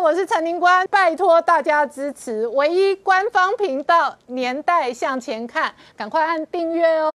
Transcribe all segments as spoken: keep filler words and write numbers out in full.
我是陈宁官，拜托大家支持唯一官方频道《年代向前看》，赶快按订阅哦。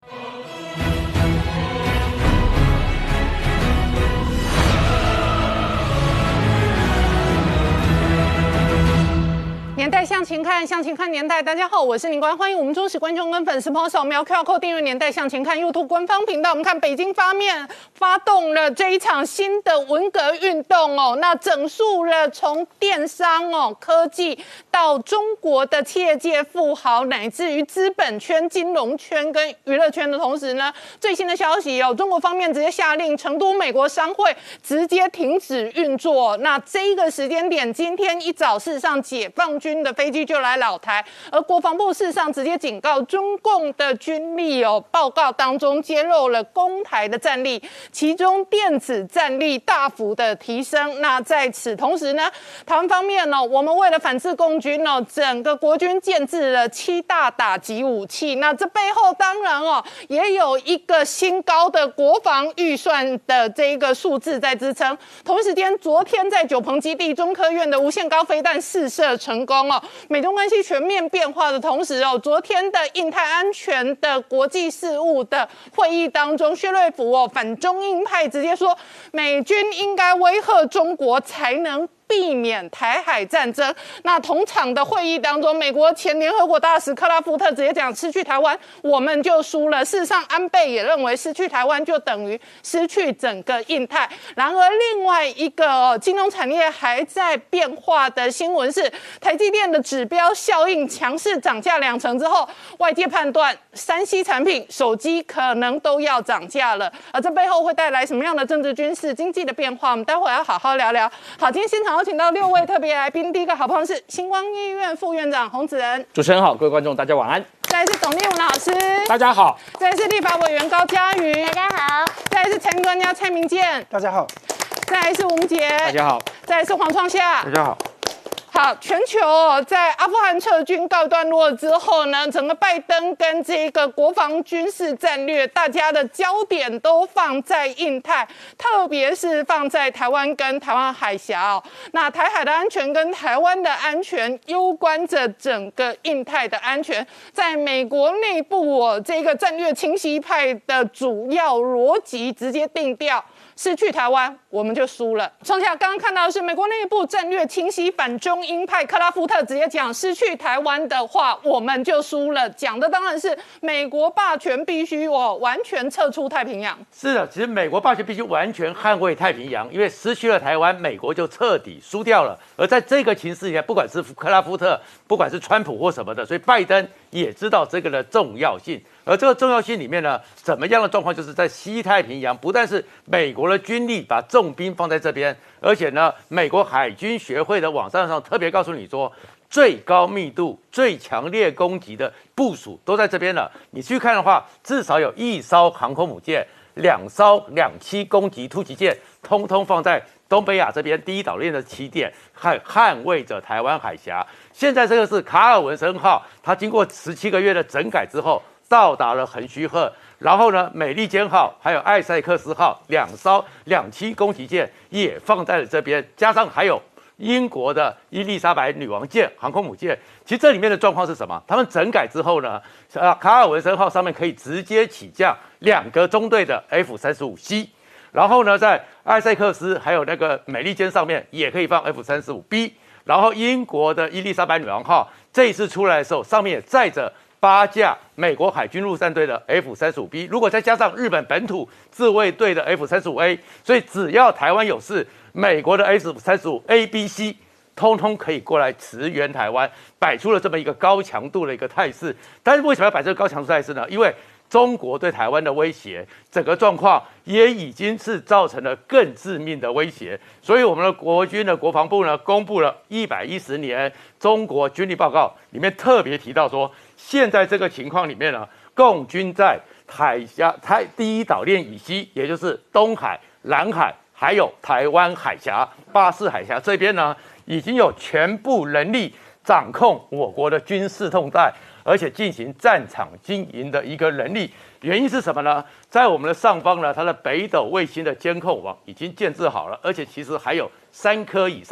年代向前看，向前看年代。大家好，我是宁官，欢迎我们忠实观众跟粉丝朋友扫描 Q R code 订阅《年代向前看》YouTube 官方频道。我们看北京方面发动了这一场新的文革运动哦，那整肃了从电商哦、科技到中国的企业界富豪，乃至于资本圈、金融圈跟娱乐圈的同时呢，最新的消息哦，中国方面直接下令成都美国商会直接停止运作。那这一个时间点，今天一早事实上解放军的飞机就来老台，而国防部事实上直接警告中共的军力哦，报告当中揭露了攻台的战力，其中电子战力大幅的提升。那在此同时呢，台湾方面呢、哦，我们为了反制共军哦，整个国军建制了七大打击武器。那这背后当然哦，也有一个新高的国防预算的这一个数字在支撑。同时间，昨天在九鹏基地中科院的无限高飞弹试射成功哦，美中关系全面变化的同时哦，昨天的印太安全的国际事务的会议当中，薛瑞福哦反中印派直接说，美军应该威吓中国才能避免台海战争。那同场的会议当中，美国前联合国大使克拉夫特直接讲，失去台湾我们就输了。事实上，安倍也认为失去台湾就等于失去整个印太。然而，另外一个、哦、金融产业还在变化的新闻是，台积电的指标效应强势涨价两成之后，外界判断三 C 产品、手机可能都要涨价了。而这背后会带来什么样的政治、军事、经济的变化？我们待会要好好聊聊。好，今天现场有请到六位特别来宾，第一个好朋友是星光医院副院长洪子仁， 主持人好，各位观众大家晚安。 再来是董立文老师， 大家好。 再来是立法委员高嘉瑜， 大家好。 再来是财经专家蔡明健， 大家好。 再来是吴杰， 大家好。 再来是黄创夏， 大家好。 好，全球哦，在阿富汗撤军告一段落之后呢，整个拜登跟这个国防军事战略，大家的焦点都放在印太，特别是放在台湾跟台湾海峡哦。那台海的安全跟台湾的安全，攸关着整个印太的安全。在美国内部哦，这个战略清晰派的主要逻辑直接定调。失去台湾，我们就输了。创下刚刚看到的是美国内部战略清晰反中鹰派克拉夫特直接讲，失去台湾的话，我们就输了。讲的当然是美国霸权必须哦完全撤出太平洋。 是的，其实美国霸权必须完全捍卫太平洋，因为失去了台湾，美国就彻底输掉了。而在这个情势里面，不管是克拉夫特，不管是川普或什么的，所以拜登也知道这个的重要性。而这个重要性里面呢，怎么样的状况，就是在西太平洋，不但是美国的军力把重兵放在这边，而且呢，美国海军学会的网站上特别告诉你说，最高密度、最强烈攻击的部署都在这边了。你去看的话，至少有一艘航空母舰、两艘两栖攻击突击舰，通通放在东北亚这边第一岛链的起点，捍捍卫着台湾海峡。现在这个是卡尔文森号，它经过十七个月的整改之后，到达了横须贺，然后呢，美利坚号还有艾塞克斯号两艘两栖攻击舰也放在了这边，加上还有英国的伊丽莎白女王舰航空母舰。其实这里面的状况是什么？他们整改之后呢，啊，卡尔文森号上面可以直接起降两个中队的 F 三十五 C， 然后呢，在艾塞克斯还有那个美利坚上面也可以放 F 三十五 B， 然后英国的伊丽莎白女王号这一次出来的时候，上面也载着八架美国海军陆战队的 F 三十五 B， 如果再加上日本本土自卫队的 F 三十五 A， 所以只要台湾有事，美国的 F 三十五 A、B、C 通通可以过来驰援台湾，摆出了这么一个高强度的一个态势。但是为什么要摆这个高强度态势呢？因为中国对台湾的威胁，整个状况也已经是造成了更致命的威胁。所以我们的国军的国防部呢，公布了一百一十年中国军力报告，里面特别提到说，现在这个情况里面呢，共军在海峡台第一岛链以西，也就是东海、南海，还有台湾海峡、巴士海峡这边呢，已经有全部能力掌控我国的军事动态，而且进行战场经营的一个能力。原因是什么呢？在我们的上方呢，它的北斗卫星的监控网已经建制好了，而且其实还有三颗以上的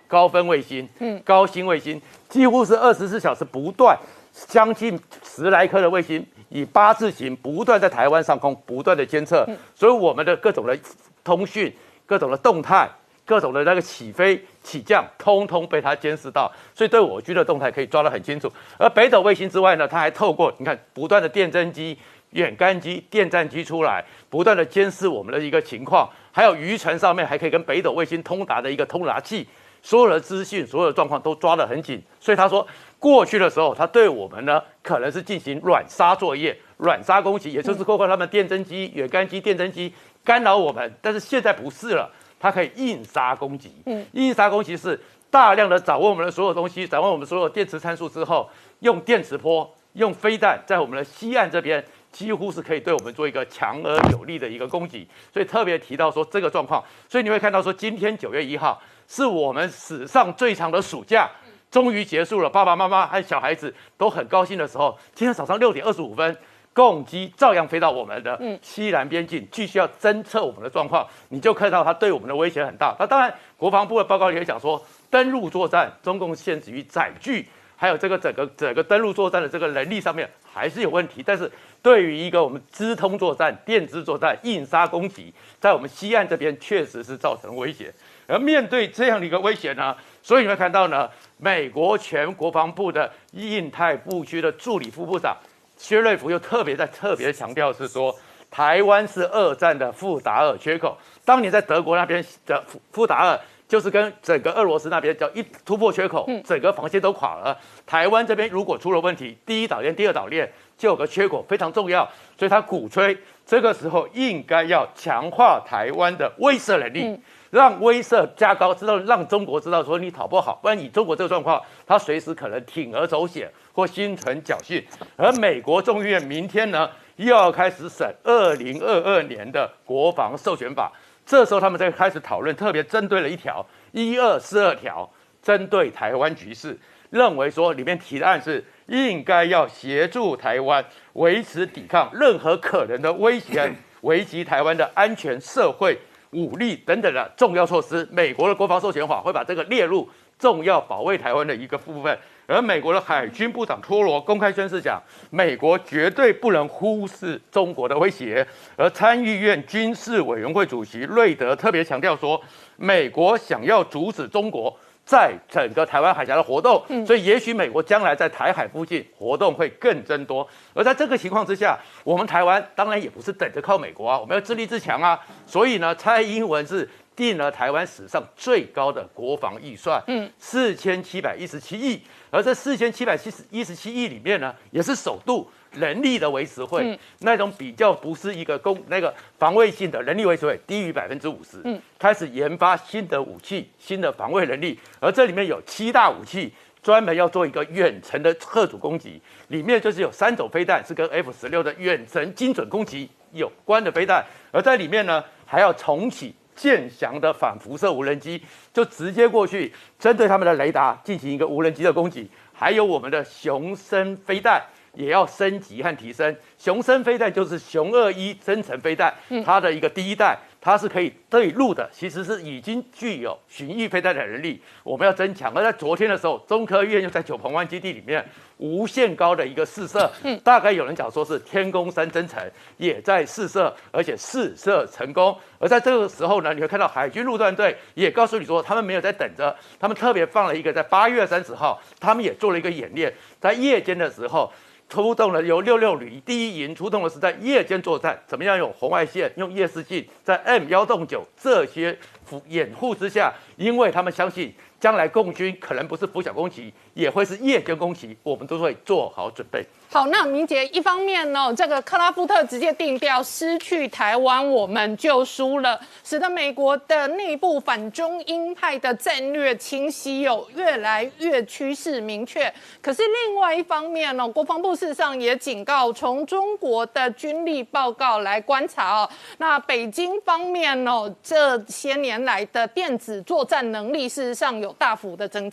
高分卫星、嗯，高新卫星，几乎是二十四小时不断，将近十来颗的卫星以八字形不断在台湾上空不断的监测，嗯、所以我们的各种的通讯、各种的动态、各种的那个起飞、起降，通通被它监视到，所以对我军的动态可以抓得很清楚。而北斗卫星之外呢，它还透过你看不断的电侦机、远干机、电战机出来，不断的监视我们的一个情况，还有渔船上面还可以跟北斗卫星通达的一个通达器，所有的资讯、所有的状况都抓得很紧。所以他说，过去的时候，他对我们呢可能是进行软杀作业、软杀攻击，也就是包括他们电侦机、远干机、电侦机干扰我们，但是现在不是了。它可以硬杀攻击，嗯，硬杀攻击是大量的掌握我们的所有东西，掌握我们所有电磁参数之后，用电磁波、用飞弹，在我们的西岸这边，几乎是可以对我们做一个强而有力的一个攻击。所以特别提到说这个状况，所以你会看到说，今天九月一号是我们史上最长的暑假，终于结束了，爸爸妈妈和小孩子都很高兴的时候，今天早上六点二十五分。共机照样飞到我们的西南边境，继续要侦测我们的状况，你就看到它对我们的威胁很大。那当然，国防部的报告里也讲说，登陆作战中共限制于载具，还有这个整个整个登陆作战的这个能力上面还是有问题。但是对于一个我们资通作战、电子作战、硬杀攻击，在我们西岸这边确实是造成威胁。而面对这样的一个威胁呢，所以你会看到呢，美国前国防部的印太部区的助理副部长。薛瑞福又特别在特别强调是说，台湾是二战的富达尔缺口。当年在德国那边的富富达尔，就是跟整个俄罗斯那边叫一突破缺口，整个防线都垮了。台湾这边如果出了问题，第一岛链、第二岛链就有个缺口，非常重要。所以他鼓吹这个时候应该要强化台湾的威慑能力。嗯让威慑加高，知道让中国知道说你讨不好，不然以中国这个状况，他随时可能铤而走险或心存侥幸。而美国众议院明天呢又要开始审二零二二年的国防授权法，这时候他们在开始讨论，特别针对了一条一二四二条，针对台湾局势，认为说里面提的案是应该要协助台湾维持抵抗任何可能的威胁，危及台湾的安全、社会。武力等等的重要措施，美国的国防授权法会把这个列入重要保卫台湾的一个部分。而美国的海军部长托罗公开宣誓讲，美国绝对不能忽视中国的威胁。而参议院军事委员会主席瑞德特别强调说，美国想要阻止中国在整个台湾海峡的活动，所以也许美国将来在台海附近活动会更增多。而在这个情况之下，我们台湾当然也不是等着靠美国啊，我们要自立自强啊。所以呢，蔡英文是定了台湾史上最高的国防预算，嗯，四千七百一十七亿。而这四千七百一十七亿里面呢，也是首度。人力的维持会、嗯、那种比较不是一个攻那个防卫性的人力维持会低于百分之五十，嗯，开始研发新的武器、新的防卫能力，而这里面有七大武器，专门要做一个远程的吓阻攻击，里面就是有三种飞弹是跟 F 十六的远程精准攻击有关的飞弹，而在里面呢还要重启剑翔的反辐射无人机，就直接过去针对他们的雷达进行一个无人机的攻击，还有我们的雄升飞弹。也要升级和提升。雄升飞弹就是雄二一增程飞弹，它的一个第一代，它是可以对陆的，其实是已经具有巡弋飞弹的能力，我们要增强。而在昨天的时候，中科院又在九鹏湾基地里面无限高的一个试射，嗯，大概有人讲说是天宫三增程也在试射，而且试射成功。而在这个时候呢，你会看到海军陆战队也告诉你说，他们没有在等着，他们特别放了一个在八月三十号，他们也做了一个演练，在夜间的时候。出动了由六六旅第一营出动的是在夜间作战，怎么样用红外线、用夜视镜，在 M 一洞九这些掩护之下，因为他们相信将来共军可能不是拂晓攻击，也会是夜间攻击，我们都会做好准备。 好，那明杰，一方面呢，这个克拉夫特直接定调，失去台湾我们就输了，使得美国的内部反中鹰派的战略清晰有越来越趋势明确。可是另外一方面呢，国防部事实上也警告，从中国的军力报告来观察哦，那北京方面呢，这些年来的电子作战能力事实上有大幅的增进。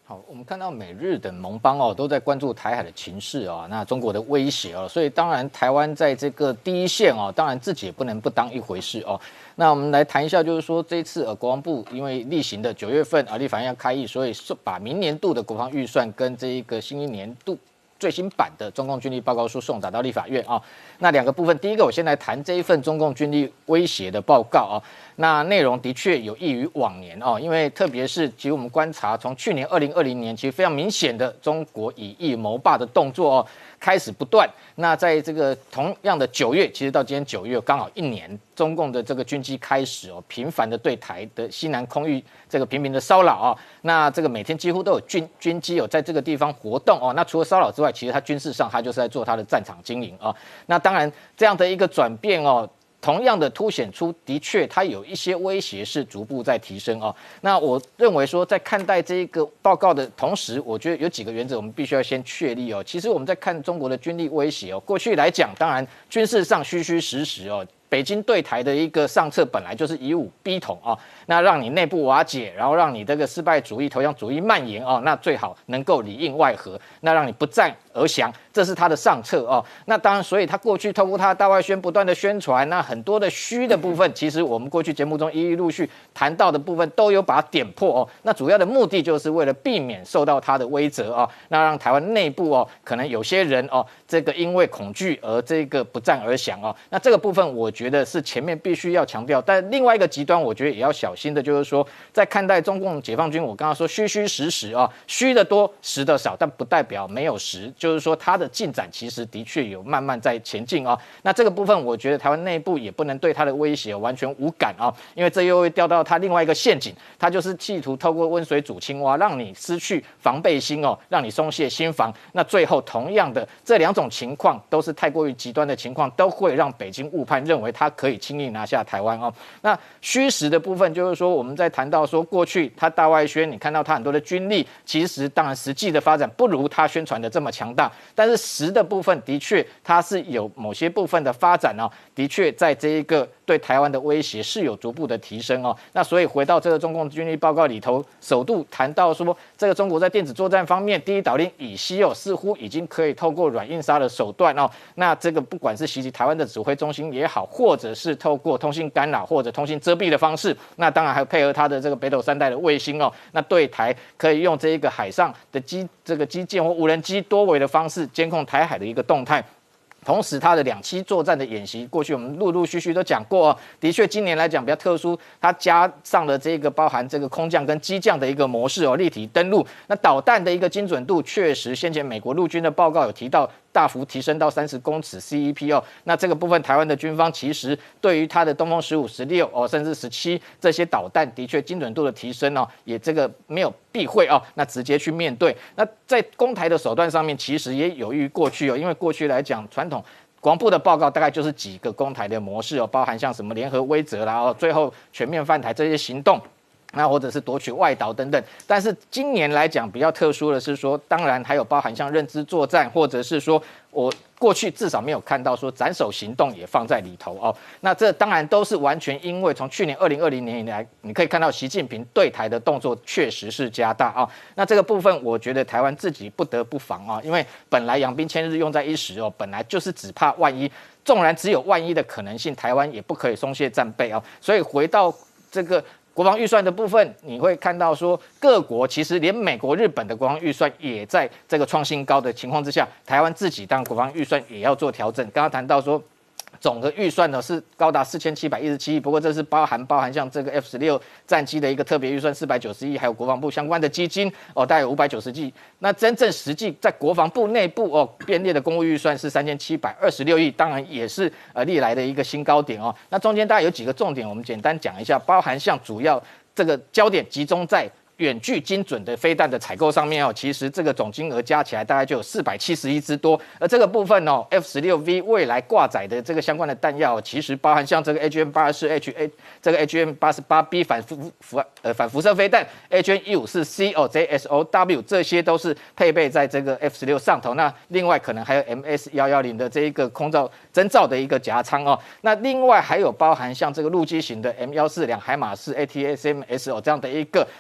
好，我们看到美日等盟邦哦都在关注台海的情势哦，那中国的威胁哦，所以当然台湾在这个第一线哦，当然自己也不能不当一回事哦。那我们来谈一下，就是说这一次呃国防部因为例行的九月份啊立法院要开议，所以把明年度的国防预算跟这一个新一年度最新版的中共军力报告书送达到立法院啊。那两个部分，第一个我先来谈这一份中共军力威胁的报告啊。那内容的确有异于往年哦，因为特别是其实我们观察，从去年二零二零年，其实非常明显的中国以夷谋霸的动作哦开始不断。那在这个同样的九月，其实到今天九月刚好一年，中共的这个军机开始哦频繁的对台的西南空域这个频频的骚扰啊。那这个每天几乎都有军军机有在这个地方活动哦。那除了骚扰之外，其实它军事上它就是在做它的战场经营啊。那当然这样的一个转变哦。同样的凸显出，的确它有一些威胁是逐步在提升哦。那我认为说，在看待这个报告的同时，我觉得有几个原则我们必须要先确立哦。其实我们在看中国的军力威胁哦，过去来讲，当然军事上虚虚实实哦。北京对台的一个上策本来就是以武逼统啊，那让你内部瓦解，然后让你这个失败主义、投降主义蔓延啊，那最好能够里应外合，那让你不战而降，这是他的上策啊。那当然，所以他过去透过他的大外宣不断的宣传，那很多的虚的部分，其实我们过去节目中一一陆续谈到的部分，都有把它点破哦。那主要的目的就是为了避免受到他的威责啊，那让台湾内部哦，可能有些人哦，这个因为恐惧而这个不战而降哦。那这个部分我觉得是前面必须要强调，但另外一个极端，我觉得也要小心的，就是说，在看待中共解放军，我刚刚说虚虚实实啊，虚的多，实的少，但不代表没有实，就是说它的进展其实的确有慢慢在前进啊。那这个部分，我觉得台湾内部也不能对它的威胁完全无感啊，因为这又会掉到它另外一个陷阱，它就是企图透过温水煮青蛙，让你失去防备心哦，让你松懈心防。那最后同样的这两种情况都是太过于极端的情况，都会让北京误判，认为它可以轻易拿下台湾哦。那虚实的部分就是说，我们在谈到说过去它大外宣，你看到它很多的军力，其实当然实际的发展不如它宣传的这么强大，但是实的部分的确它是有某些部分的发展哦，的确在这一个对台湾的威胁是有逐步的提升哦。那所以回到这个中共军力报告里头，首度谈到说，这个中国在电子作战方面，第一岛链以西哦，似乎已经可以透过软硬杀的手段哦，那这个不管是袭击台湾的指挥中心也好，或者是透过通信干扰或者通信遮蔽的方式，那当然还有配合它的这个北斗三代的卫星哦，那对台可以用这一个海上的基这个基建或无人机多维的方式监控台海的一个动态。同时，它的两栖作战的演习，过去我们陆陆续续都讲过哦。的确，今年来讲比较特殊，它加上了这个包含这个空降跟机降的一个模式哦，立体登陆。那导弹的一个精准度，确实先前美国陆军的报告有提到，大幅提升到三十公尺 C E P 哦。那这个部分，台湾的军方其实对于它的东风十五、十六哦，甚至十七这些导弹，的确精准度的提升哦，也这个没有避讳哦，那直接去面对。那在攻台的手段上面，其实也有于过去哦，因为过去来讲传统。国防部的报告大概就是几个攻台的模式哦，包含像什么联合威慑啦，哦，最后全面犯台这些行动，那或者是夺取外岛等等。但是今年来讲比较特殊的是说，当然还有包含像认知作战，或者是说我过去至少没有看到说斩首行动也放在里头哦。那这当然都是完全因为从去年二零二零年以来，你可以看到习近平对台的动作确实是加大啊。那这个部分我觉得台湾自己不得不防啊，因为本来养兵千日用在一时哦，本来就是只怕万一，纵然只有万一的可能性，台湾也不可以松懈战备啊。所以回到这个。国防预算的部分，你会看到说，各国其实连美国、日本的国防预算也在这个创新高的情况之下，台湾自己当然国防预算也要做调整。刚刚谈到说。总的预算呢是高达四千七百一十七亿，不过这是包含包含像这个 F 十六战机的一个特别预算四百九十亿，还有国防部相关的基金哦，大概有五百九十亿。那真正实际在国防部内部哦编列的公务预算是三千七百二十六亿，当然也是呃历来的一个新高点哦。那中间大概有几个重点，我们简单讲一下，包含像主要这个焦点集中在。远距精准的飞弹的采购上面哦，其实这个总金额加起来大概就有四百七十亿之多。而这个部分哦 ，F 十六 V 未来挂载的这个相关的弹药，其实包含像这个 H M 八十四 H A 这个 H M 八十八 B 反辐辐呃反辐射飞弹 ，H N 一五四 C 哦 J S O W 这些都是配备在这个 F 十六上头。那另外可能还有 M S 一一零的这一个空造增造的一个夹舱哦。那另外还有包含像这个陆基型的 M 一四两海马式 A T A C M S 哦这样的一个战术导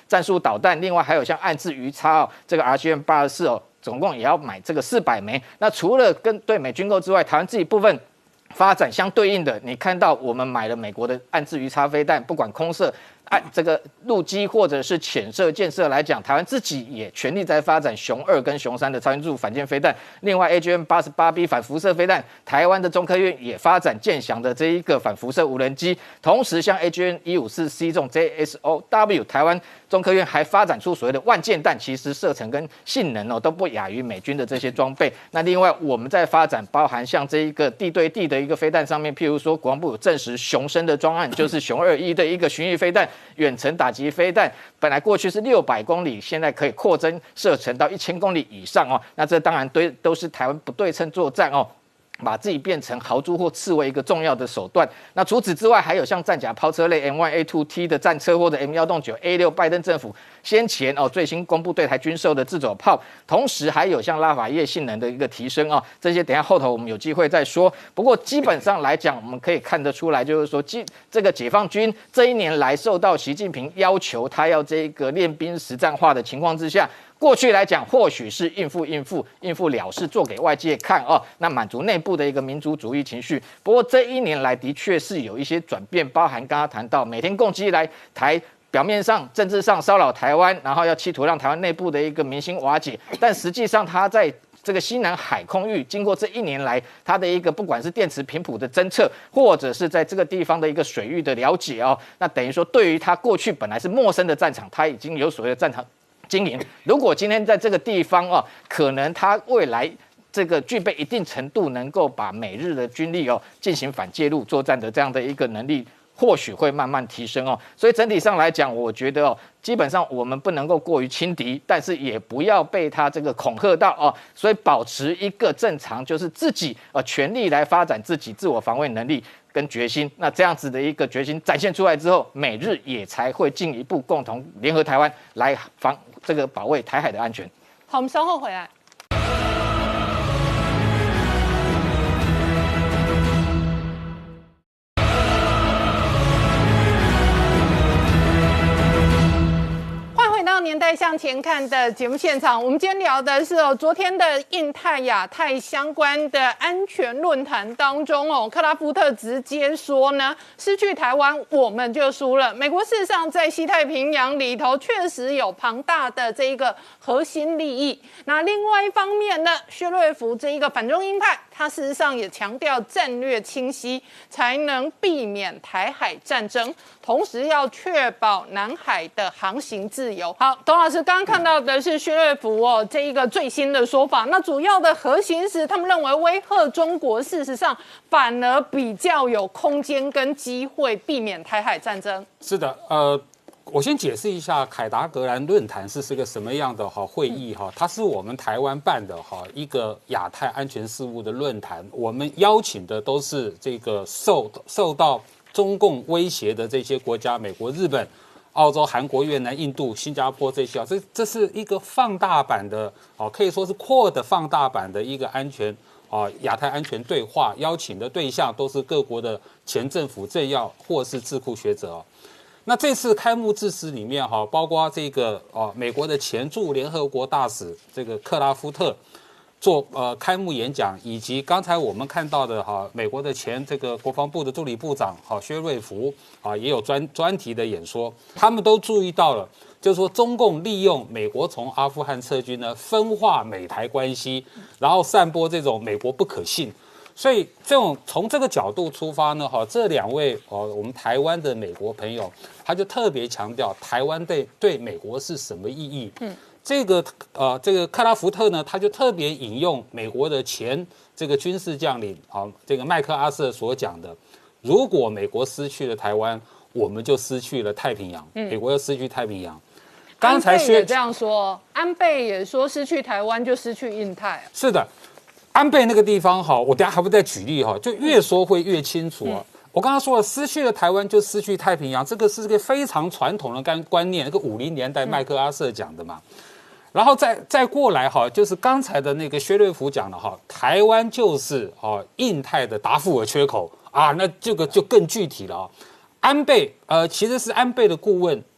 导弹，另外还有像暗制鱼叉哦，这个 R G M 八十四哦，总共也要买这个四百枚。那除了跟对美军购之外，台湾自己部分发展相对应的，你看到我们买了美国的暗制鱼叉飞弹，不管空射。按这个陆基或者是潜射建设来讲，台湾自己也全力在发展熊二跟熊三的超音速反舰飞弹。另外 A G M 八十八 B 反辐射飞弹，台湾的中科院也发展舰翔的这一个反辐射无人机。同时，像 A G M 一五四 C 这种 J S O W， 台湾中科院还发展出所谓的万箭弹，其实射程跟性能哦都不亚于美军的这些装备。那另外我们在发展包含像这一个地对地的一个飞弹上面，譬如说国防部有证实熊升的专案，就是熊二一的一个巡弋飞弹。远程打击飞弹本来过去是六百公里，现在可以扩增射程到一千公里以上哦。那这当然对都是台湾不对称作战哦，把自己变成豪猪或刺猬一个重要的手段。那除此之外，还有像战甲炮车类 M 一 A 二 T 的战车或者 M 一洞九 A 六，拜登政府先前哦最新公布对台军售的自走炮，同时还有像拉法叶性能的一个提升哦，这些等一下后头我们有机会再说。不过基本上来讲，我们可以看得出来，就是说，这个解放军这一年来受到习近平要求，他要这个练兵实战化的情况之下。过去来讲，或许是应付应付应付了事，做给外界看哦，那满足内部的一个民族主义情绪。不过这一年来的确是有一些转变，包含刚刚谈到每天共机来台。表面上政治上骚扰台湾，然后要企图让台湾内部的一个民心瓦解，但实际上他在这个西南海空域，经过这一年来他的一个不管是电磁频谱的侦测，或者是在这个地方的一个水域的了解哦，那等于说对于他过去本来是陌生的战场，他已经有所谓的战场经营。如果今天在这个地方哦，可能他未来这个具备一定程度能够把美日的军力哦进行反介入作战的这样的一个能力。或许会慢慢提升哦，所以整体上来讲，我觉得哦，基本上我们不能够过于轻敌，但是也不要被他这个恐吓到哦，所以保持一个正常，就是自己呃全力来发展自己自我防卫能力跟决心。那这样子的一个决心展现出来之后，美日也才会进一步共同联合台湾来防这个保卫台海的安全。 好，我们稍后回来。年代向前看的节目现场，我们今天聊的是哦，昨天的印太亚太相关的安全论坛当中哦，克拉夫特直接说呢，失去台湾我们就输了。美国事实上在西太平洋里头确实有庞大的这一个核心利益。那另外一方面呢，薛瑞福这一个反中鹰派，他事实上也强调战略清晰，才能避免台海战争，同时要确保南海的航行自由。好。董老师刚刚看到的是薛瑞福哦这一个最新的说法，那主要的核心是他们认为威吓中国，事实上反而比较有空间跟机会避免台海战争。 是的，呃，我先解释一下凯达格兰论坛是是个什么样的哈会议哈，它是我们台湾办的哈一个亚太安全事务的论坛，我们邀请的都是这个受受到中共威胁的这些国家，美国、日本。澳洲、韩国、越南、印度、新加坡这些啊，这这是一个放大版的哦，可以说是扩的放大版的一个安全啊亚太安全对话，邀请的对象都是各国的前政府政要或是智库学者哦。那这次开幕致辞里面哈，包括这个哦美国的前驻联合国大使这个克拉夫特。做呃开幕演讲，以及刚才我们看到的哈，美国的前这个国防部的助理部长哈薛瑞福啊，也有专专题的演说，他们都注意到了，就是说中共利用美国从阿富汗撤军呢，分化美台关系，然后散播这种美国不可信。所以这种从这个角度出发呢，哈，这两位哦，我们台湾的美国朋友，他就特别强调台湾对对美国是什么意义。嗯。这个呃，这个克拉福特呢，他就特别引用美国的前这个军事将领啊，这个麦克阿瑟所讲的：如果美国失去了台湾，我们就失去了太平洋。嗯、美国要失去太平洋。 刚才也这样说，安倍也说失去台湾就失去印太。 是的，安倍那个地方哈，我等下还会再举例哈，就越说会越清楚啊。嗯我刚刚说了，失去了台湾就失去太平洋，这个是个非常传统的观观念，那个五零年代麦克阿瑟讲的嘛。然后再再过来哈，就是刚才的那个薛瑞福讲的哈，台湾就是哦印太的达富尔缺口啊，那这个就更具体了啊。安倍呃其实是安倍的顾问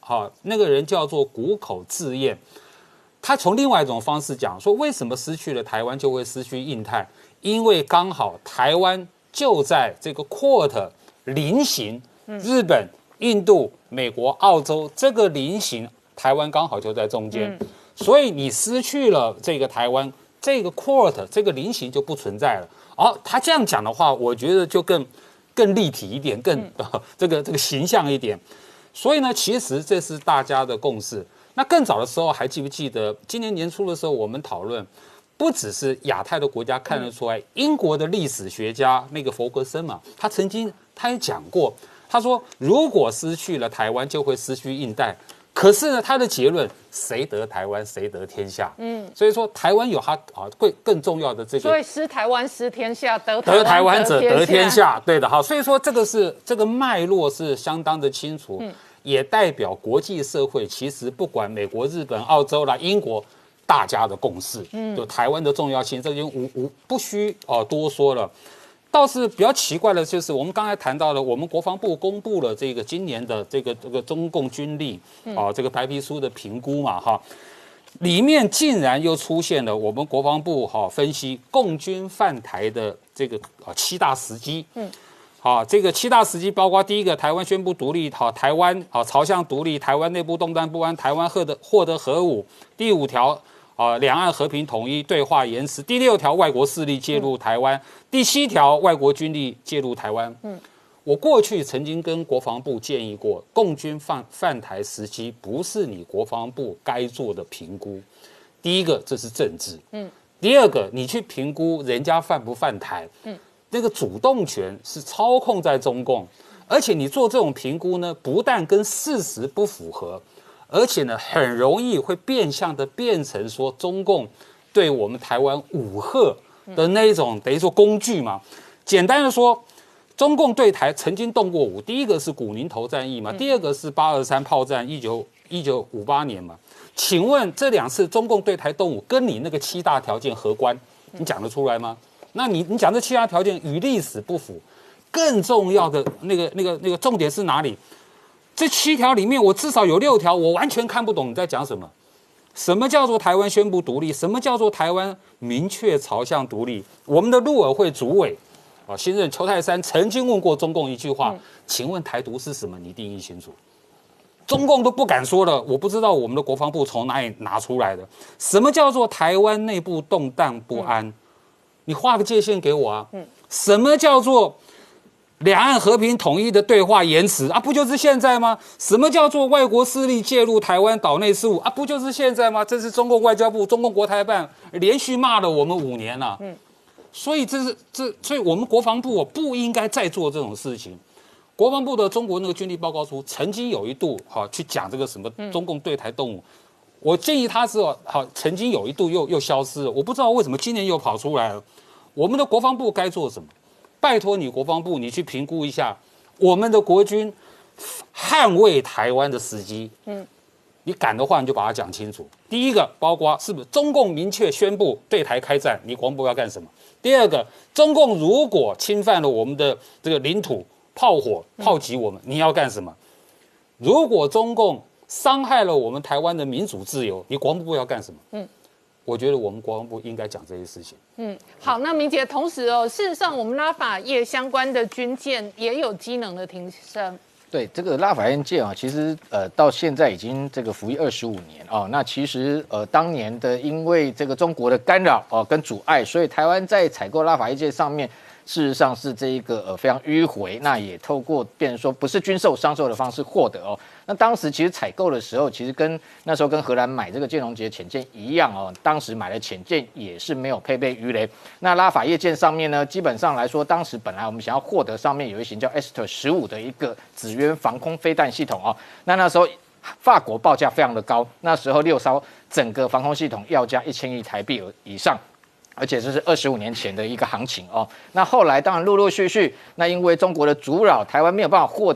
哈，那个人叫做谷口智彦，他从另外一种方式讲说，为什么失去了台湾就会失去印太？因为刚好台湾就在这个 Quad 菱形，日本、印度、美国、澳洲这个菱形，台湾刚好就在中间，嗯、所以你失去了这个台湾，这个 Quad 这个菱形就不存在了。哦，他这样讲的话，我觉得就更更立体一点，更、嗯呃、这个这个形象一点。所以呢，其实这是大家的共识。那更早的时候，还记不记得今年年初的时候，我们讨论，不只是亚太的国家看得出来，嗯、英国的历史学家那个弗格森嘛，他曾经他也讲过，他说如果失去了台湾，就会失去印太。可是呢，他的结论，谁得台湾，谁得天下。嗯，所以说台湾有他啊，更更重要的这个。 所以失台湾失天下，得得台湾者得天下。对的，好，所以说这个是这个脉络是相当的清楚，嗯、也代表国际社会其实不管美国、日本、澳洲啦、英国，大家的共识，嗯，就台湾的重要性，这就无无不需哦多说了。倒是比较奇怪的就是，我们刚才谈到了，我们国防部公布了这个今年的这个这个中共军力啊、哦、这个白皮书的评估嘛哈，里面竟然又出现了我们国防部哈、哦、分析共军犯台的这个啊七大时机，嗯，好，这个七大时机包括第一个，台湾宣布独立，好，台湾好朝向独立，台湾内部动荡不安，台湾获得获得核武，第五条。啊，两岸和平统一对话延迟。第六条，外国势力介入台湾。嗯、第七条，外国军力介入台湾。嗯，我过去曾经跟国防部建议过，共军犯犯台时期不是你国防部该做的评估。第一个，这是政治。嗯。第二个，你去评估人家犯不犯台。嗯。那个主动权是操控在中共，而且你做这种评估呢，不但跟事实不符合。而且呢，很容易会变相的变成说中共对我们台湾武吓的那一种等于说工具嘛。简单的说，中共对台曾经动过武，第一个是古宁头战役嘛，第二个是八二三炮战，一九一九五八年嘛。请问这两次中共对台动武，跟你那个七大条件何关？你讲得出来吗？那你你讲这七大条件与历史不符，更重要的那个那个那个重点是哪里？这七条里面，我至少有六条，我完全看不懂你在讲什么。什么叫做台湾宣布独立？什么叫做台湾明确朝向独立？我们的陆委会主委啊，新任邱泰山曾经问过中共一句话：嗯、请问台独是什么？你定义清楚。中共都不敢说了，我不知道我们的国防部从哪里拿出来的。什么叫做台湾内部动荡不安？嗯、你画个界限给我啊！嗯、什么叫做？两岸和平统一的对话延迟啊，不就是现在吗？什么叫做外国势力介入台湾岛内事务啊，不就是现在吗？这是中共外交部、中共国台办连续骂了我们五年了、啊。嗯，所以这是这，所以我们国防部不应该再做这种事情。国防部的中国那个军力报告书曾经有一度哈、啊、去讲这个什么中共对台动武，嗯、我建议他是好、啊、曾经有一度又又消失了，我不知道为什么今年又跑出来了。我们的国防部该做什么？拜托你国防部，你去评估一下我们的国军捍卫台湾的时机。嗯，你敢的话，你就把它讲清楚。第一个，包括是不是中共明确宣布对台开战，你国防部要干什么？第二个，中共如果侵犯了我们的这个领土，炮火炮击我们，你要干什么？如果中共伤害了我们台湾的民主自由，你国防部要干什么？嗯。我觉得我们国防部应该讲这些事情。 嗯，好，那明杰，同时哦，事实上我们拉法叶相关的军舰也有机能的提升。 对，这个拉法叶舰啊，其实呃到现在已经这个服役二十五年哦。那其实呃当年的因为这个中国的干扰哦、呃、跟阻碍，所以台湾在采购拉法叶舰上面。事实上是这一个呃非常迂回，那也透过变成说不是军售商售的方式获得哦。那当时其实采购的时候，其实跟那时候跟荷兰买这个剑龙级的潜舰一样哦，当时买的潜舰也是没有配备鱼雷。那拉法叶舰上面呢，基本上来说，当时本来我们想要获得上面有一型叫 Esther 十五的一个紫渊防空飞弹系统哦。那那时候法国报价非常的高，那时候六艘整个防空系统要价一千亿台币以上。而且这是二十五年前的一个行情哦。那后来当然陆陆续续，那因为中国的阻扰，台湾没有办法获得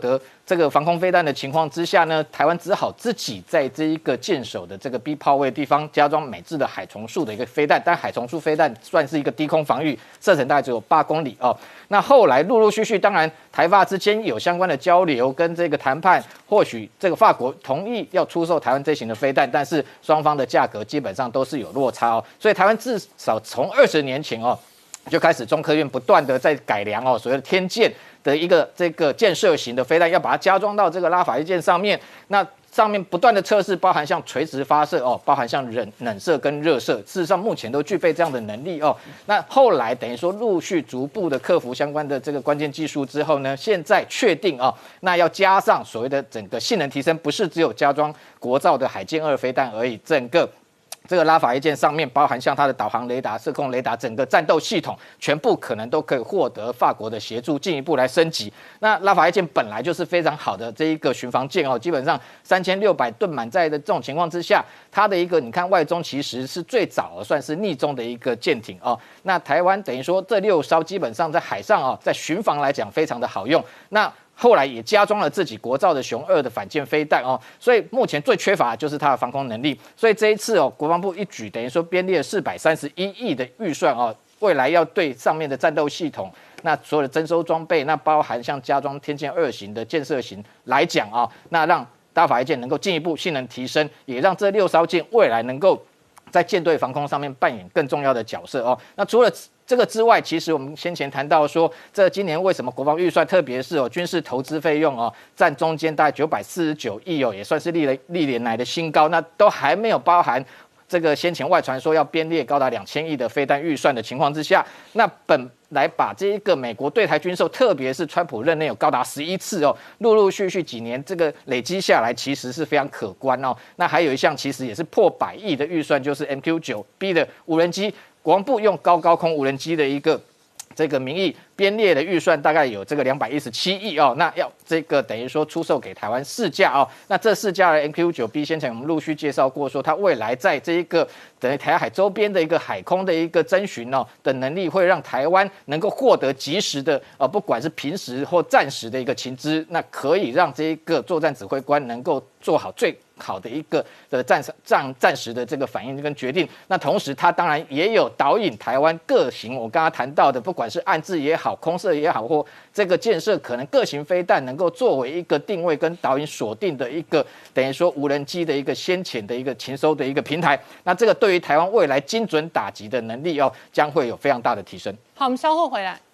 这个防空飞弹的情况之下呢，台湾只好自己在这一个舰首的这个 B 炮位地方加装美制的海虫树的一个飞弹，但海虫树飞弹算是一个低空防御，射程大概只有八公里哦。那后来陆陆续续，当然台法之间有相关的交流跟这个谈判，或许这个法国同意要出售台湾这型的飞弹，但是双方的价格基本上都是有落差哦，所以台湾至少从二十年前哦就开始中科院不断的在改良哦，所谓的天舰的一个这个建设型的飞弹，要把它加装到这个拉法叶舰上面。那上面不断的测试，包含像垂直发射哦，包含像冷冷射跟热射，事实上目前都具备这样的能力哦。那后来等于说陆续逐步的克服相关的这个关键技术之后呢，现在确定哦，那要加上所谓的整个性能提升，不是只有加装国造的海剑二飞弹而已，整个这个拉法叶舰上面包含像它的导航雷达、射控雷达，整个战斗系统全部可能都可以获得法国的协助，进一步来升级。那拉法叶舰本来就是非常好的这一个巡防舰哦，基本上三千六百吨满载的这种情况之下，它的一个你看外中其实是最早算是逆中的一个舰艇哦。那台湾等于说这六艘基本上在海上哦，在巡防来讲非常的好用。那后来也加装了自己国造的雄二的反舰飞弹哦，所以目前最缺乏的就是它的防空能力。所以这一次哦，国防部一举等于说编列四百三十一亿的预算哦，未来要对上面的战斗系统、那所有的征收装备，那包含像加装天剑二型的建设型来讲啊、哦，那让拉法叶舰能够进一步性能提升，也让这六艘舰未来能够在舰队防空上面扮演更重要的角色哦。那除了这个之外，其实我们先前谈到说，这今年为什么国防预算，特别是哦军事投资费用哦，占中间大概九百四十九亿哦，也算是历来历年来的新高，那都还没有包含这个先前外传说要编列高达两千亿的飞弹预算的情况之下，那本来把这一个美国对台军售，特别是川普任内有高达十一次哦，陆陆续续几年这个累积下来，其实是非常可观哦。那还有一项其实也是破百亿的预算，就是 M Q 九 B 的无人机。国防部用高高空无人机的一个这个名义编列的预算大概有这个两百一十七亿哦，那要这个等于说出售给台湾四架哦，那这四架的 M Q 九 B 先前我们陆续介绍过，说它未来在这一个等于台海周边的一个海空的一个侦巡哦的能力，会让台湾能够获得及时的呃不管是平时或战时的一个情资，那可以让这一个作战指挥官能够做好最好的一个的战战战时的这个反应跟决定。那同时它当然也有导引台湾各型我刚刚谈到的，不管是暗制也好、空射也好，或这个建设可能各型飞弹能够作为一个定位跟导引锁定的一个等于说无人机的一个先遣的一个勤收的一个平台。那这个对于台湾未来精准打击的能力哦，将会有非常大的提升。 好，我们稍后回来。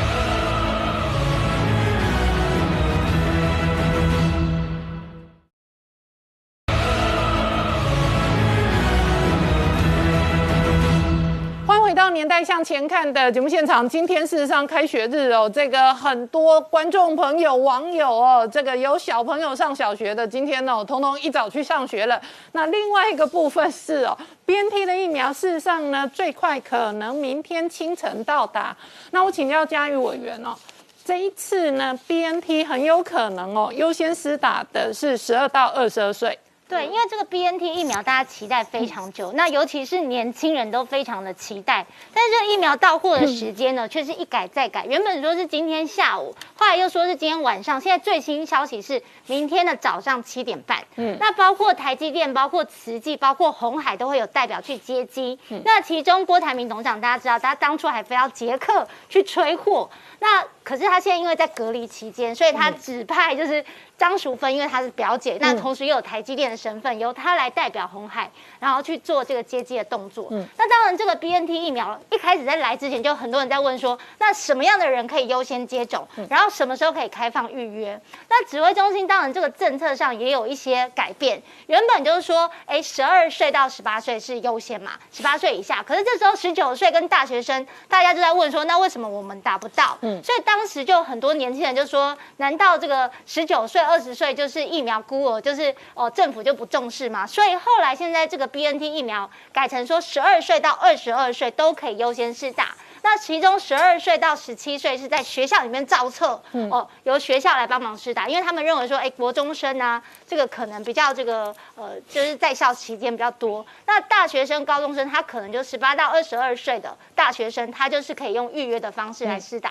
回到年代向前看的节目现场，今天事实上开学日哦，这个很多观众朋友、网友哦，这个有小朋友上小学的，今天哦，统统一早去上学了。那另外一个部分是哦 ，B N T 的疫苗事实上呢，最快可能明天清晨到达。那我请教嘉瑜委员哦，这一次呢 ，B N T 很有可能哦，优先施打的是十二到二十二岁。 对，因为这个 B N T 疫苗大家期待非常久，那尤其是年轻人都非常的期待。但是这个疫苗到货的时间呢，却是一改再改。原本说是今天下午，后来又说是今天晚上，现在最新消息是明天的早上七点半。嗯，那包括台积电、包括慈济、包括鸿海都会有代表去接机。嗯，那其中郭台铭董事长大家知道，他当初还非要捷克去催货。那可是他现在因为在隔离期间，所以他指派就是张淑芬，因为她是表姐，那同时又有台积电的身份，由她来代表鸿海，然后去做这个接机的动作。嗯，那当然，这个 B N T 疫苗一开始在来之前，就很多人在问说，那什么样的人可以优先接种，然后什么时候可以开放预约？那指挥中心当然这个政策上也有一些改变，原本就是说，哎，十二岁到十八岁是优先嘛，十八岁以下，可是这时候十九岁跟大学生，大家就在问说，那为什么我们打不到？嗯，所以当时就很多年轻人就说，难道这个十九岁、二十岁就是疫苗孤儿，就是哦政府就不重视吗？所以后来现在这个 B N T 疫苗改成说，十二岁到二十二岁都可以优先施打。那其中十二岁到十七岁是在学校里面照册，嗯、哦，由学校来帮忙施打，因为他们认为说，哎，国中生啊，这个可能比较这个呃，就是在校期间比较多。那大学生、高中生，他可能就十八到二十二岁的大学生，他就是可以用预约的方式来施打。嗯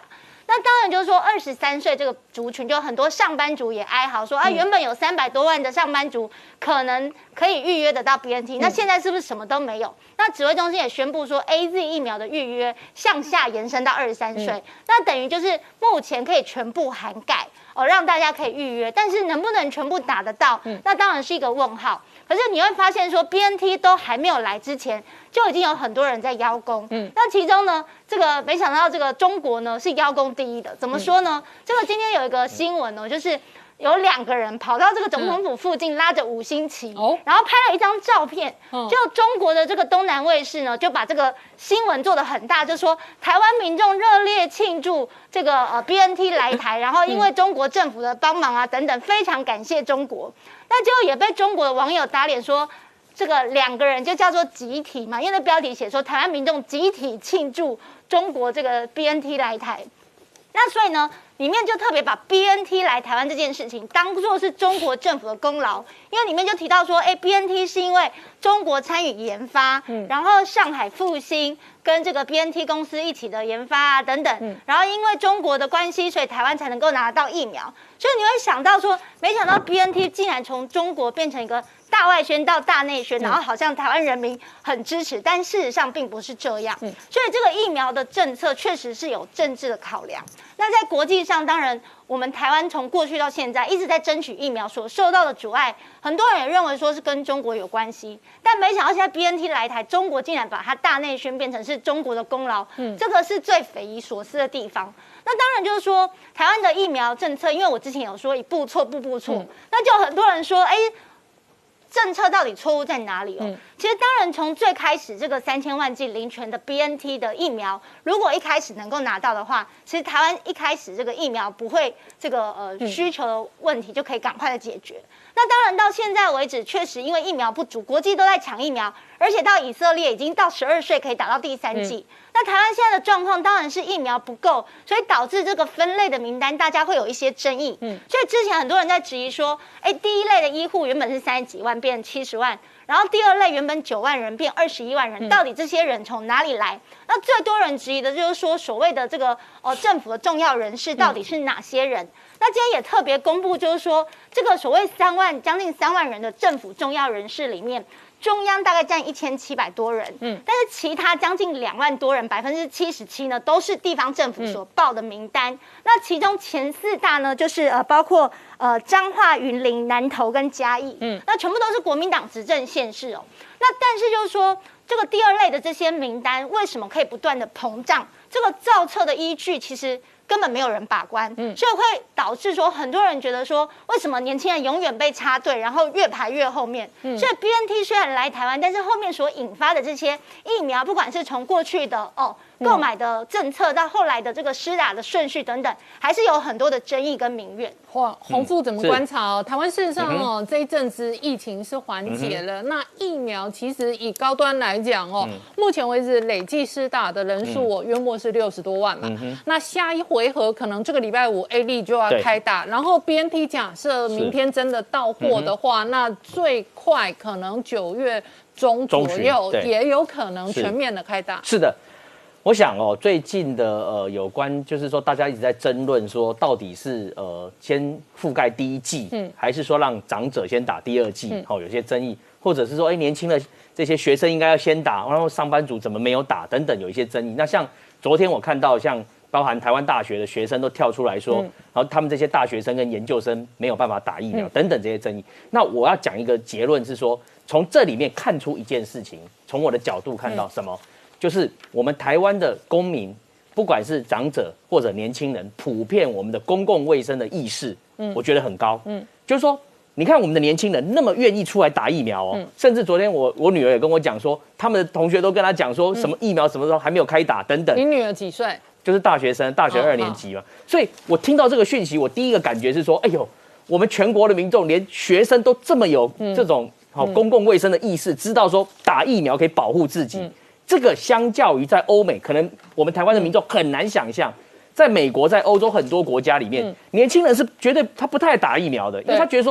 那当然就是说，二十三岁这个族群，就很多上班族也哀嚎说啊，原本有三百多万的上班族可能可以预约得到 B N T， 那现在是不是什么都没有？那指挥中心也宣布说 ，A Z 疫苗的预约向下延伸到二十三岁，那等于就是目前可以全部涵盖哦，让大家可以预约，但是能不能全部打得到，那当然是一个问号。可是你会发现说 ，B N T 都还没有来之前，就已经有很多人在邀功。嗯，那其中呢，这个没想到这个中国呢是邀功第一的。怎么说呢？这个今天有一个新闻哦，就是有两个人跑到这个总统府附近，拉着五星旗，哦，然后拍了一张照片。就中国的这个东南卫视呢，就把这个新闻做得很大，就说台湾民众热烈庆祝这个呃 B N T 来台，然后因为中国政府的帮忙啊等等，非常感谢中国。那结果也被中国的网友打脸说，这个两个人就叫做集体嘛，因为那标题写说台湾民众集体庆祝中国这个 B N T 来台，那所以呢，里面就特别把 B N T 来台湾这件事情当作是中国政府的功劳，因为里面就提到说，哎 ，B N T 是因为中国参与研发，嗯，然后上海复星跟这个 B N T 公司一起的研发啊等等，嗯，然后因为中国的关系，所以台湾才能够拿到疫苗，所以你会想到说，没想到 B N T 竟然从中国变成一个大外宣到大内宣，然后好像台湾人民很支持，但事实上并不是这样。所以这个疫苗的政策确实是有政治的考量。那在国际上，当然我们台湾从过去到现在一直在争取疫苗，所受到的阻碍，很多人也认为说是跟中国有关系，但没想到现在 B N T 来台，中国竟然把它大内宣变成是中国的功劳，嗯，这个是最匪夷所思的地方。那当然就是说，台湾的疫苗政策，因为我之前有说一步错步步错，嗯，那就很多人说，哎，政策到底错误在哪里哦？嗯，其实当然从最开始这个三千万剂林权的 B N T 的疫苗，如果一开始能够拿到的话，其实台湾一开始这个疫苗不会这个呃需求的问题就可以赶快的解决。那当然到现在为止，确实因为疫苗不足，国际都在抢疫苗，而且到以色列已经到十二岁可以打到第三剂。嗯，那台湾现在的状况当然是疫苗不够，所以导致这个分类的名单大家会有一些争议。嗯，所以之前很多人在质疑说，哎，第一类的医护原本是三十几万变七十万，然后第二类原本九万人变二十一万人，到底这些人从哪里来？那最多人质疑的就是说，所谓的这个哦政府的重要人士到底是哪些人？那今天也特别公布，就是说这个所谓三万将近三万人的政府重要人士里面，中央大概占一千七百多人，嗯，但是其他将近两万多人，百分之七十七呢，都是地方政府所报的名单。嗯，那其中前四大呢，就是呃包括呃彰化、云林、南投跟嘉义，嗯，那全部都是国民党执政县市哦。那但是就是说，这个第二类的这些名单为什么可以不断的膨胀？这个造册的依据其实根本没有人把关，嗯，所以会导致说很多人觉得说，为什么年轻人永远被插队，然后越排越后面？嗯，所以 B N T 虽然来台湾，但是后面所引发的这些疫苗，不管是从过去的哦购买的政策到后来的这个施打的顺序等等，还是有很多的争议跟民怨。 黄洪富怎么观察哦？台湾事实上哦，嗯，这一阵子疫情是缓解了，嗯，那疫苗其实以高端来讲哦，嗯，目前为止累计施打的人数哦，约莫是六十多万嘛。嗯，那下一回合可能这个礼拜五 A 粒就要开打，然后 B N T 假设明天真的到货的话，那最快可能九月中左右也有可能全面的开打。 是的。我想哦，最近的呃有关就是说，大家一直在争论说，到底是呃先覆盖第一剂，嗯，还是说让长者先打第二剂？嗯，哦，有些争议，或者是说，哎，年轻的这些学生应该要先打，然后上班族怎么没有打？等等，有一些争议。那像昨天我看到，像包含台湾大学的学生都跳出来说，嗯，然后他们这些大学生跟研究生没有办法打疫苗，嗯，等等这些争议。那我要讲一个结论是说，从这里面看出一件事情，从我的角度看到什么？嗯，就是我们台湾的公民，不管是长者或者年轻人，普遍我们的公共卫生的意识，嗯，我觉得很高。嗯，就是说，你看我们的年轻人那么愿意出来打疫苗哦，嗯，甚至昨天我我女儿也跟我讲说，他们的同学都跟她讲说，什么疫苗什么时候还没有开打等等。 你女儿几岁？ 就是大学生，大学二年级嘛。哦，所以我听到这个讯息，我第一个感觉是说，哎呦，我们全国的民众，连学生都这么有这种好，嗯，公共卫生的意识，知道说打疫苗可以保护自己。嗯，这个相较于在欧美，可能我们台湾的民众很难想象，在美国、在欧洲很多国家里面，嗯，年轻人是绝对他不太打疫苗的，因为他觉得说，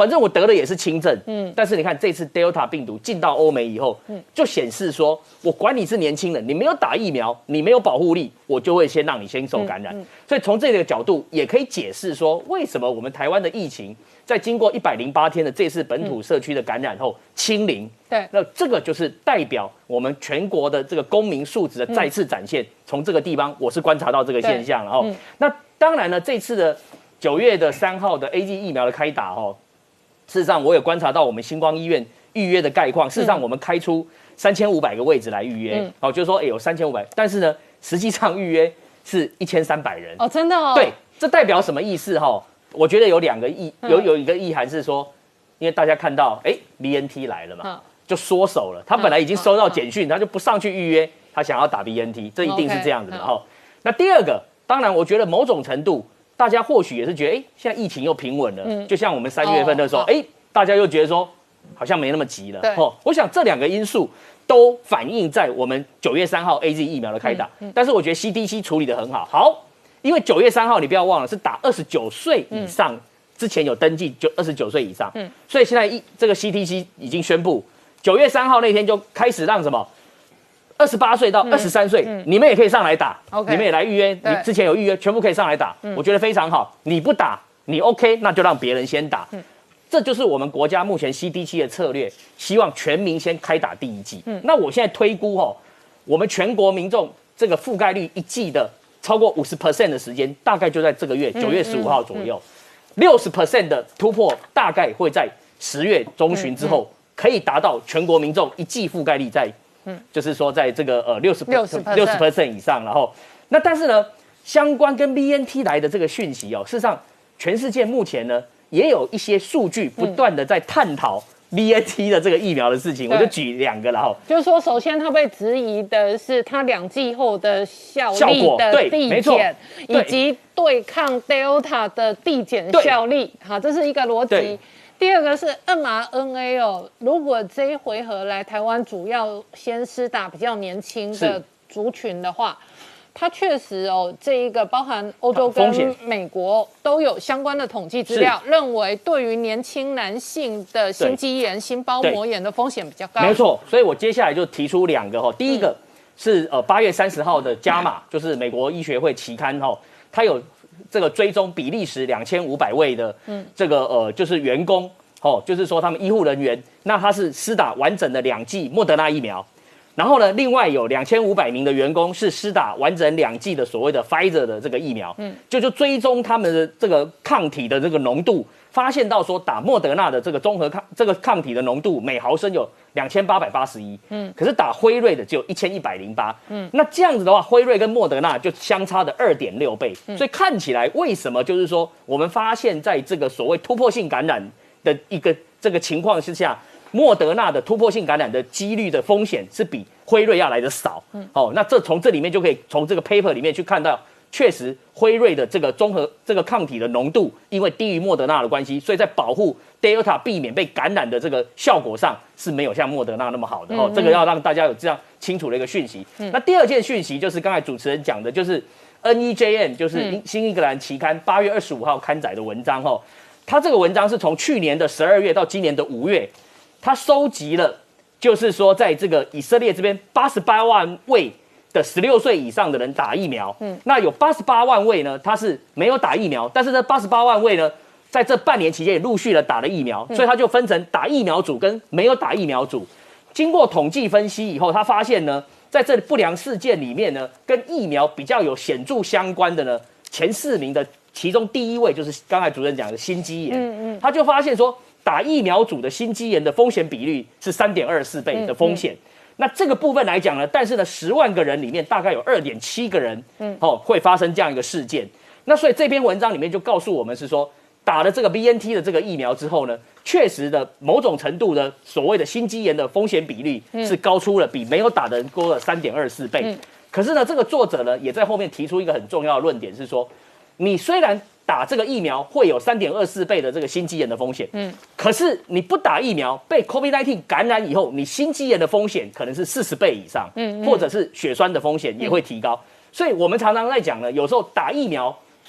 反正我得了也是轻症，嗯，但是你看这次 Delta 病毒进到欧美以后，嗯，就显示说，我管你是年轻人，你没有打疫苗，你没有保护力，我就会先让你先受感染。嗯嗯、所以从这个角度也可以解释说，为什么我们台湾的疫情在经过一百零八天的这次本土社区的感染后清零。 对， 那这个就是代表我们全国的这个公民素质的再次展现。从、嗯、这个地方，我是观察到这个现象了哦。嗯、那当然呢，这次的九月的三号的 A Z 疫苗的开打哦。事实上，我有观察到我们星光医院预约的概况。事实上，我们开出三千五百个位置来预约，嗯、哦，就是说，哎、欸，有三千五百，但是呢，实际上预约是一千三百人。 哦，真的哦。 对，这代表什么意思？哈，我觉得有两个意，有有一个意涵是说，因为大家看到，哎、欸、，B N T 来了嘛，嗯、就缩手了。他本来已经收到简讯，他就不上去预约，他想要打 B N T， 这一定是这样子的哈。那第二个，当然，我觉得某种程度。大家或许也是觉得，哎、欸，现在疫情又平稳了，嗯、就像我们三月份的时候，哎、哦欸，大家又觉得说，好像没那么急了。哦，我想这两个因素都反映在我们九月三号 A Z 疫苗的开打。嗯嗯、但是我觉得 C D C 处理得很好，好，因为九月三号你不要忘了是打二十九岁以上，嗯、之前有登记就二十九岁以上，嗯、所以现在一这个 C D C 已经宣布，九月三号那天就开始让什么？二十八岁到二十三岁，嗯嗯、你们也可以上来打， okay, 你们也来预约，你之前有预约，全部可以上来打，嗯、我觉得非常好。你不打，你 OK， 那就让别人先打，嗯、这就是我们国家目前 C D C 的策略，希望全民先开打第一剂。嗯、那我现在推估哦，我们全国民众这个覆盖率一剂的超过五十 percent 的时间，大概就在这个月九月十五号左右，六十 percent 的突破大概会在十月中旬之后，嗯嗯、可以达到全国民众一剂覆盖率在。嗯，就是说，在这个呃六十六十 percent 以上，然后那但是呢，相关跟 B N T 来的这个讯息哦，事实上，全世界目前呢也有一些数据不断的在探讨 B N T 的这个疫苗的事情，嗯、我就举两个了哈。 就是说，首先它被质疑的是它两剂后的效力的递减，以及对抗 Delta 的递减效力，好，这是一个逻辑。第二个是 M R N A 哦，如果这一回合来台湾主要先施打比较年轻的族群的话，它确实哦，这一个包含欧洲跟美国都有相关的统计资料，认为对于年轻男性的心肌炎、心包膜炎的风险比较高。 没错，所以我接下来就提出两个哈，第一个是呃八月三十号的加码，就是美国医学会期刊哈，它有。这个追踪比利时两千五百位的这个呃就是员工哦，就是说他们医护人员，那他是施打完整的两剂莫德纳疫苗，然后呢，另外有两千五百名的员工是施打完整两剂的所谓的 Pfizer 的这个疫苗，嗯，就就追踪他们的这个抗体的这个浓度，发现到说打莫德纳的这个综合抗这个抗体的浓度每毫升有两千八百八十一，嗯，可是打辉瑞的只有一千一百零八，嗯，那这样子的话，辉瑞跟莫德纳就相差的二点六倍，嗯，所以看起来为什么就是说我们发现在这个所谓突破性感染的一个这个情况之下，莫德纳的突破性感染的几率的风险是比辉瑞要来的少，嗯，哦，那这从这里面就可以从这个 paper 里面去看到。确实，辉瑞的这个综合这个抗体的浓度，因为低于莫德纳的关系，所以在保护 Delta 避免被感染的这个效果上是没有像莫德纳那么好的。嗯嗯哦，这个要让大家有这样清楚的一个讯息。嗯、那第二件讯息就是刚才主持人讲的，就是 N E J M， 就是新英格兰期刊八月二十五号刊载的文章。哦，它这个文章是从去年的十二月到今年的五月，它收集了，就是说在这个以色列这边八十八万位。的十六岁以上的人打疫苗，嗯，那有八十八万位呢，他是没有打疫苗，但是这八十八万位呢，在这半年期间也陆续的打了疫苗，嗯、所以他就分成打疫苗组跟没有打疫苗组。经过统计分析以后，他发现呢，在这不良事件里面呢，跟疫苗比较有显著相关的呢，前四名的其中第一位就是刚才主任讲的心肌炎，嗯嗯，他就发现说，打疫苗组的心肌炎的风险比率是三点二四倍的风险。嗯嗯那这个部分来讲呢，但是呢，十万个人里面大概有二点七个人，嗯，哦，会发生这样一个事件。那所以这篇文章里面就告诉我们是说，打了这个 B N T 的这个疫苗之后呢，确实的某种程度的所谓的心肌炎的风险比率是高出了比没有打的人多了三点二四倍。嗯、可是呢，这个作者呢也在后面提出一个很重要的论点是说，你虽然打这个疫苗会有三点二四倍的这个心肌炎的风险，嗯，可是你不打疫苗被 COVID 十九 感染以后，你心肌炎的风险可能是四十倍以上，嗯，或者是血栓的风险也会提高。嗯、所以我们常常在讲呢，有时候打疫苗跟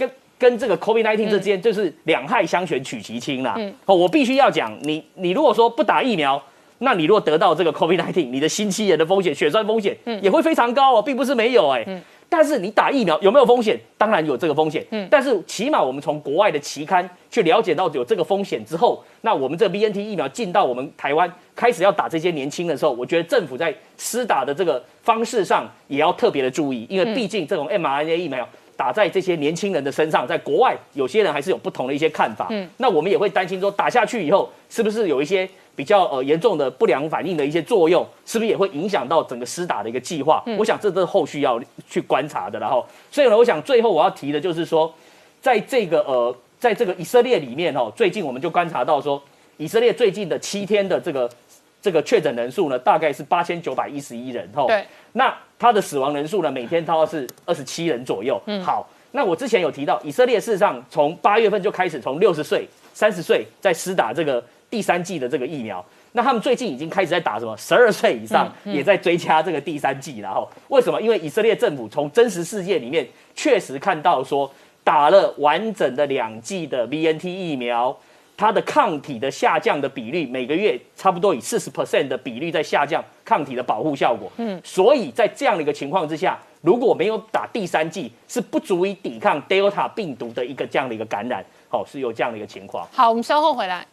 跟这个 COVID 十九 之间就是两害相权取其轻啦。嗯，哦，我必须要讲，你你如果说不打疫苗，那你如果得到这个 COVID 十九，你的心肌炎的风险、血栓风险也会非常高哦，并不是没有哎、欸。嗯，但是你打疫苗有没有风险？当然有这个风险。嗯，但是起码我们从国外的期刊去了解到有这个风险之后，那我们这个 B N T 疫苗进到我们台湾开始要打这些年轻人的时候，我觉得政府在施打的这个方式上也要特别的注意，因为毕竟这种 M R N A 疫苗打在这些年轻人的身上，在国外有些人还是有不同的一些看法。嗯，那我们也会担心说打下去以后是不是有一些比较呃严重的不良反应的一些作用，是不是也会影响到整个施打的一个计划？嗯、我想这都是后续要去观察的。然后，所以呢，我想最后我要提的就是说，在这个呃，在这个以色列里面哦，最近我们就观察到说，以色列最近的七天的这个这个确诊人数呢，大概是八千九百一十一人哦。对。那它的死亡人数呢，每天大概是二十七人左右。嗯。好，那我之前有提到，以色列事实上从八月份就开始从六十岁、三十岁在施打这个第三剂的这个疫苗。那他们最近已经开始在打什么？十二岁以上也在追加这个第三剂，然后为什么？因为以色列政府从真实事件里面确实看到说，打了完整的两剂的 B N T 疫苗，它的抗体的下降的比率，每个月差不多以四十 percent 的比率在下降抗体的保护效果。嗯，所以在这样的一个情况之下，如果没有打第三剂，是不足以抵抗 Delta 病毒的一个这样的一个感染。好、哦，是有这样的一个情况。 好，我们稍后回来。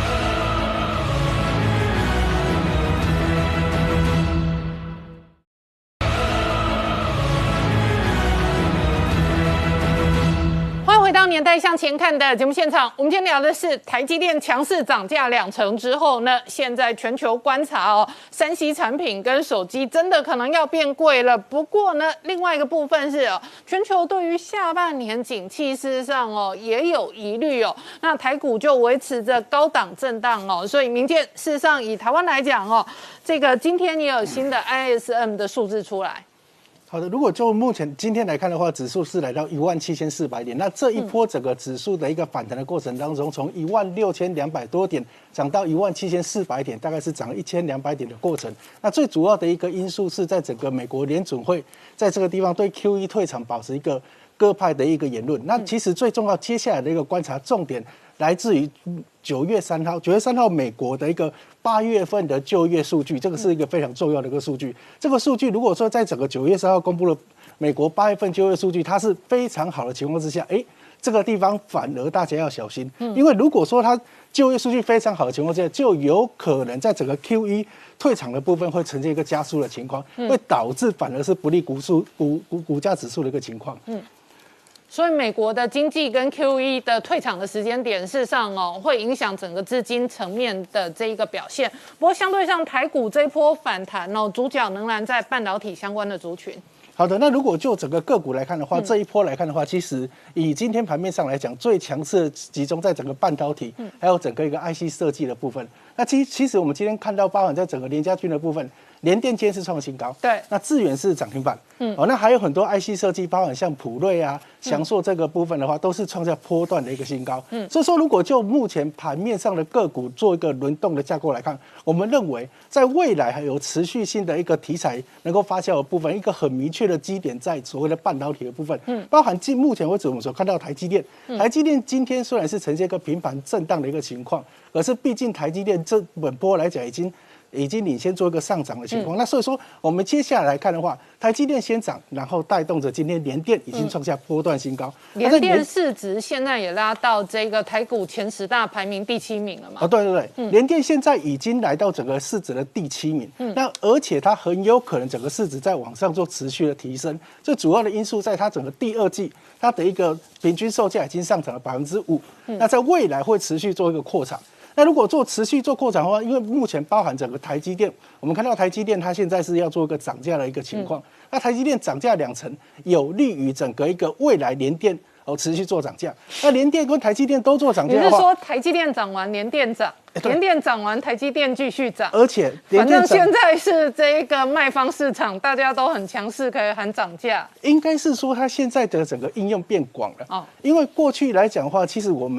回到年代向前看的节目现场，我们今天聊的是台积电强势涨价两成之后呢，现在全球观察哦，三 C 产品跟手机真的可能要变贵了。不过呢，另外一个部分是哦，全球对于下半年景气事实上哦也有疑虑哦。那台股就维持着高档震荡哦，所以明天事实上以台湾来讲哦，这个今天也有新的 I S M 的数字出来。 好的，如果就目前今天来看的话，指数是来到一万七千四百点。那这一波整个指数的一个反弹的过程当中，从一万六千两百多点涨到一万七千四百点，大概是涨了一千两百点的过程。那最主要的一个因素是在整个美国联准会在这个地方对 Q E 退场保持一个鸽派的一个言论。那其实最重要，接下来的一个观察重点来自于九月三号，九月三号美国的一个八月份的就业数据，这个是一个非常重要的一个数据。这个数据如果说在整个九月三号公布了美国八月份就业数据，它是非常好的情况之下，哎，这个地方反而大家要小心，因为如果说它就业数据非常好的情况之下，就有可能在整个 Q E 退场的部分会呈现一个加速的情况，会导致反而是不利股数股股股价指数的一个情况。嗯。 所以美国的经济跟 Q E 的退场的时间点，事实上哦，会影响整个资金层面的这一个表现。不过相对上台股这一波反弹哦，主角仍然在半导体相关的族群。 好的，那如果就整个个股来看的话，这一波来看的话，其实以今天盘面上来讲，最强势集中在整个半导体，还有整个一个 I C 设计的部分。那其其实我们今天看到，包含在整个联家军的部分，联电今天是创新高，对，那智原是涨停板，嗯，哦，那还有很多 I C 设计，包含像普瑞啊、翔硕这个部分的话，都是创下波段的一个新高。嗯，所以说，如果就目前盘面上的个股做一个轮动的架构来看，我们认为在未来还有持续性的一个题材能够发酵的部分，一个很明确的基点在所谓的半导体的部分，嗯，包含今目前为止我们所看到的台积电，台积电今天虽然是呈现一个平盘震荡的一个情况，可是毕竟台积电这本波来讲已经。已经领先做一个上涨的情况，嗯、那所以说我们接下来来看的话，台积电先涨，然后带动着今天联电已经创下波段新高。 联、嗯、电市值现在也拉到这个台股前十大排名第七名了嘛？ 哦，对对对，嗯、联电现在已经来到整个市值的第七名，嗯、那而且它很有可能整个市值在往上做持续的提升。最主要的因素在它整个第二季，它的一个平均售价已经上涨了百分之五，那在未来会持续做一个扩产。那如果做持续做扩展的话，因为目前包含整个台积电，我们看到台积电它现在是要做一个涨价的一个情况，嗯、那台积电涨价两成，有利于整个一个未来联电哦持续做涨价。那联电跟台积电都做涨价的话， 你是说台积电涨完联电涨，联电涨完台积电继续涨？ 而且反正现在是这个卖方市场，大家都很强势，可以喊涨价。 应该是说它现在的整个应用变广了哦，因为过去来讲的话，其实我们。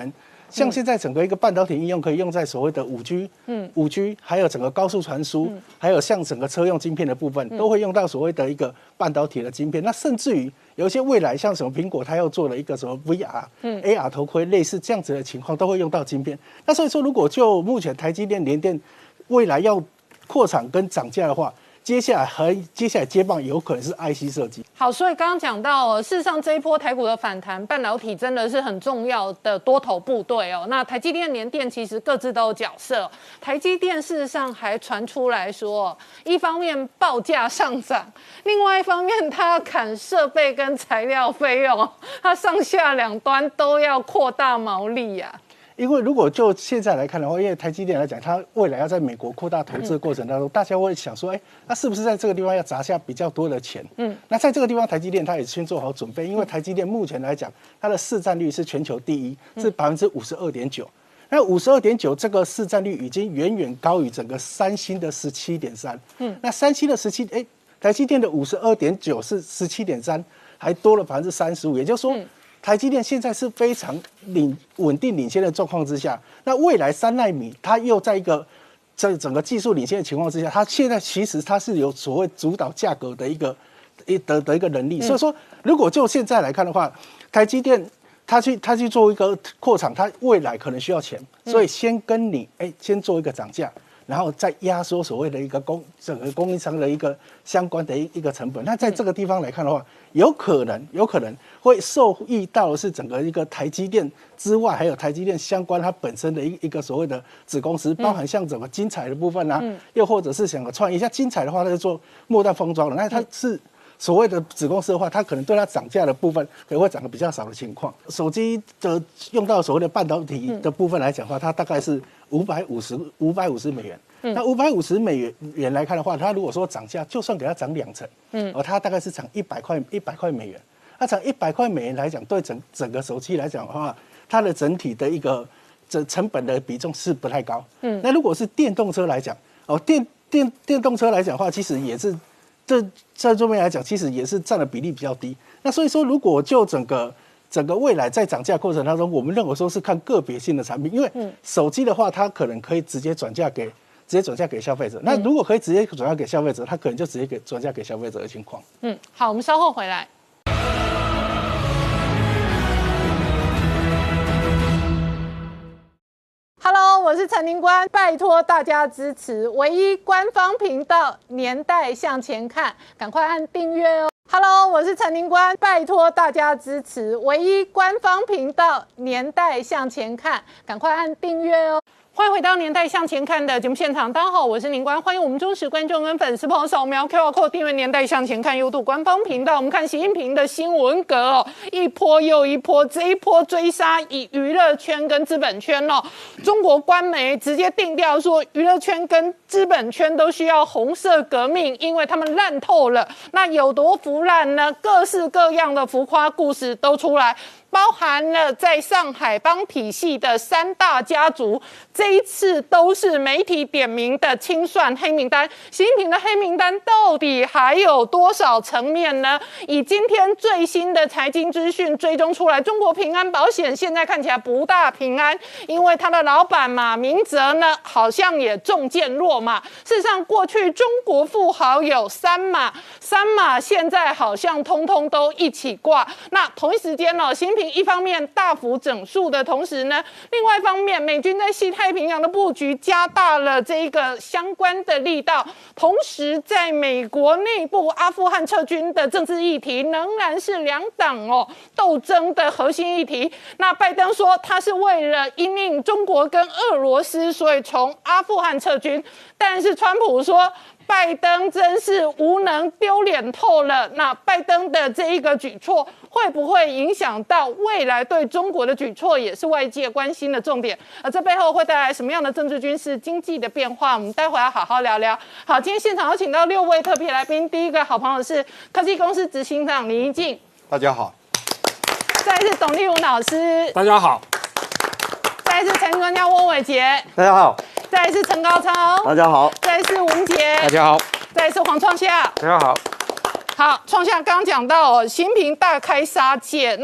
像现在整个一个半导体应用可以用在所谓的五 G， 嗯，五 G 还有整个高速传输，嗯、还有像整个车用晶片的部分，都会用到所谓的一个半导体的晶片。那甚至于有一些未来像什么苹果，它要做了一个什么 V R、嗯、A R 头盔，类似这样子的情况，都会用到晶片。那所以说，如果就目前台积电、联电未来要扩产跟涨价的话，接下来和接下来接棒有可能是 I C 设计。 好，所以刚刚讲到哦，事实上这一波台股的反弹，半导体真的是很重要的多头部队哦。那台积电、联电其实各自都有角色。台积电事实上还传出来说，一方面报价上涨，另外一方面它要砍设备跟材料费用，它上下两端都要扩大毛利呀、啊。 因为如果就现在来看的话，因为台积电来讲，它未来要在美国扩大投资的过程当中，嗯、大家会想说，哎，那是不是在这个地方要砸下比较多的钱？嗯，那在这个地方，台积电它也先做好准备，因为台积电目前来讲，它的市占率是全球第一，是百分之五十二点九。那五十二点九这个市占率已经远远高于整个三星的十七点三。嗯，那三星的十七，哎，台积电的五十二点九是十七点三，还多了百分之三十五，也就是说。嗯台积电现在是非常领稳定领先的状况之下，那未来三奈米它又在一个这整个技术领先的情况之下，它现在其实它是有所谓主导价格的一个一的的一个能力。所以说，如果就现在来看的话，台积电它去它去做一个扩厂，它未来可能需要钱，所以先跟你哎先做一个涨价。然后再压缩所谓的一个供整个供应商的一个相关的一一个成本，那在这个地方来看的话，有可能有可能会受益到的是整个一个台积电之外，还有台积电相关它本身的一一个所谓的子公司，包含像整个精彩的部分啊，又或者是想个创意，像精彩的话，它是做末端封装的，那它是。所谓的子公司的话，它可能对它涨价的部分可能会涨得比较少的情况。手机的用到所谓的半导体的部分来讲的话，它大概是五百五十五百五十美元。嗯、那五百五十美元元来看的话，它如果说涨价，就算给它涨两成，嗯，哦，它大概是涨一百块一百块美元。它涨一百块美元来讲，对整整个手机来讲的话，它的整体的一个这成本的比重是不太高。嗯，那如果是电动车来讲，哦，电电电动车来讲的话，其实也是。这在这边来讲，其实也是占的比例比较低。那所以说，如果就整个整个未来在涨价过程当中，我们认为说是看个别性的产品，因为手机的话，它可能可以直接转嫁给直接转嫁给消费者。那如果可以直接转嫁给消费者，它可能就直接给转嫁给消费者的情况。 嗯，好，我们稍后回来。Hello， 我是陈宁官，拜托大家支持唯一官方频道《年代向前看》，赶快按订阅哦。Hello， 我是陈宁官，拜托大家支持唯一官方频道《年代向前看》，赶快按订阅哦。欢迎回到《年代向前看》的节目现场，大家好，我是宁官，欢迎我们忠实观众跟粉丝朋友扫描 Q R code 订阅《年代向前看》YouTube 官方频道。我们看习近平的新闻阁哦，一波又一波，这一波追杀以娱乐圈跟资本圈哦，中国官媒直接定调说，娱乐圈跟资本圈都需要红色革命，因为他们烂透了。那有多腐烂呢？各式各样的浮夸故事都出来。包含了在上海帮体系的三大家族，这一次都是媒体点名的清算黑名单。习近平的黑名单到底还有多少层面呢？以今天最新的财经资讯追踪出来，中国平安保险现在看起来不大平安，因为他的老板马明哲呢，好像也中箭落马。事实上，过去中国富豪有三马，三马现在好像通通都一起挂。那同一时间呢、哦，新一方面大幅整数的同时呢，另外一方面，美军在西太平洋的布局加大了这个相关的力道，同时在美国内部阿富汗撤军的政治议题仍然是两党哦斗争的核心议题。那拜登说他是为了因应中国跟俄罗斯，所以从阿富汗撤军，但是川普说。拜登真是无能丢脸透了。那拜登的这一个举措会不会影响到未来对中国的举措，也是外界关心的重点。而这背后会带来什么样的政治、军事、经济的变化？我们待会要好好聊聊。好，今天现场有请到六位特别来宾，第一个好朋友是科技公司执行长林宜敬， 大家好； 再来是董立文老师， 大家好； 再来是财经专家翁伟杰， 大家好； 再来是陈高超， 大家好； 再来是吴杰， 大家好； 再来是黄创夏， 大家好。 好，创夏刚刚讲到哦，习近平大开杀戒，那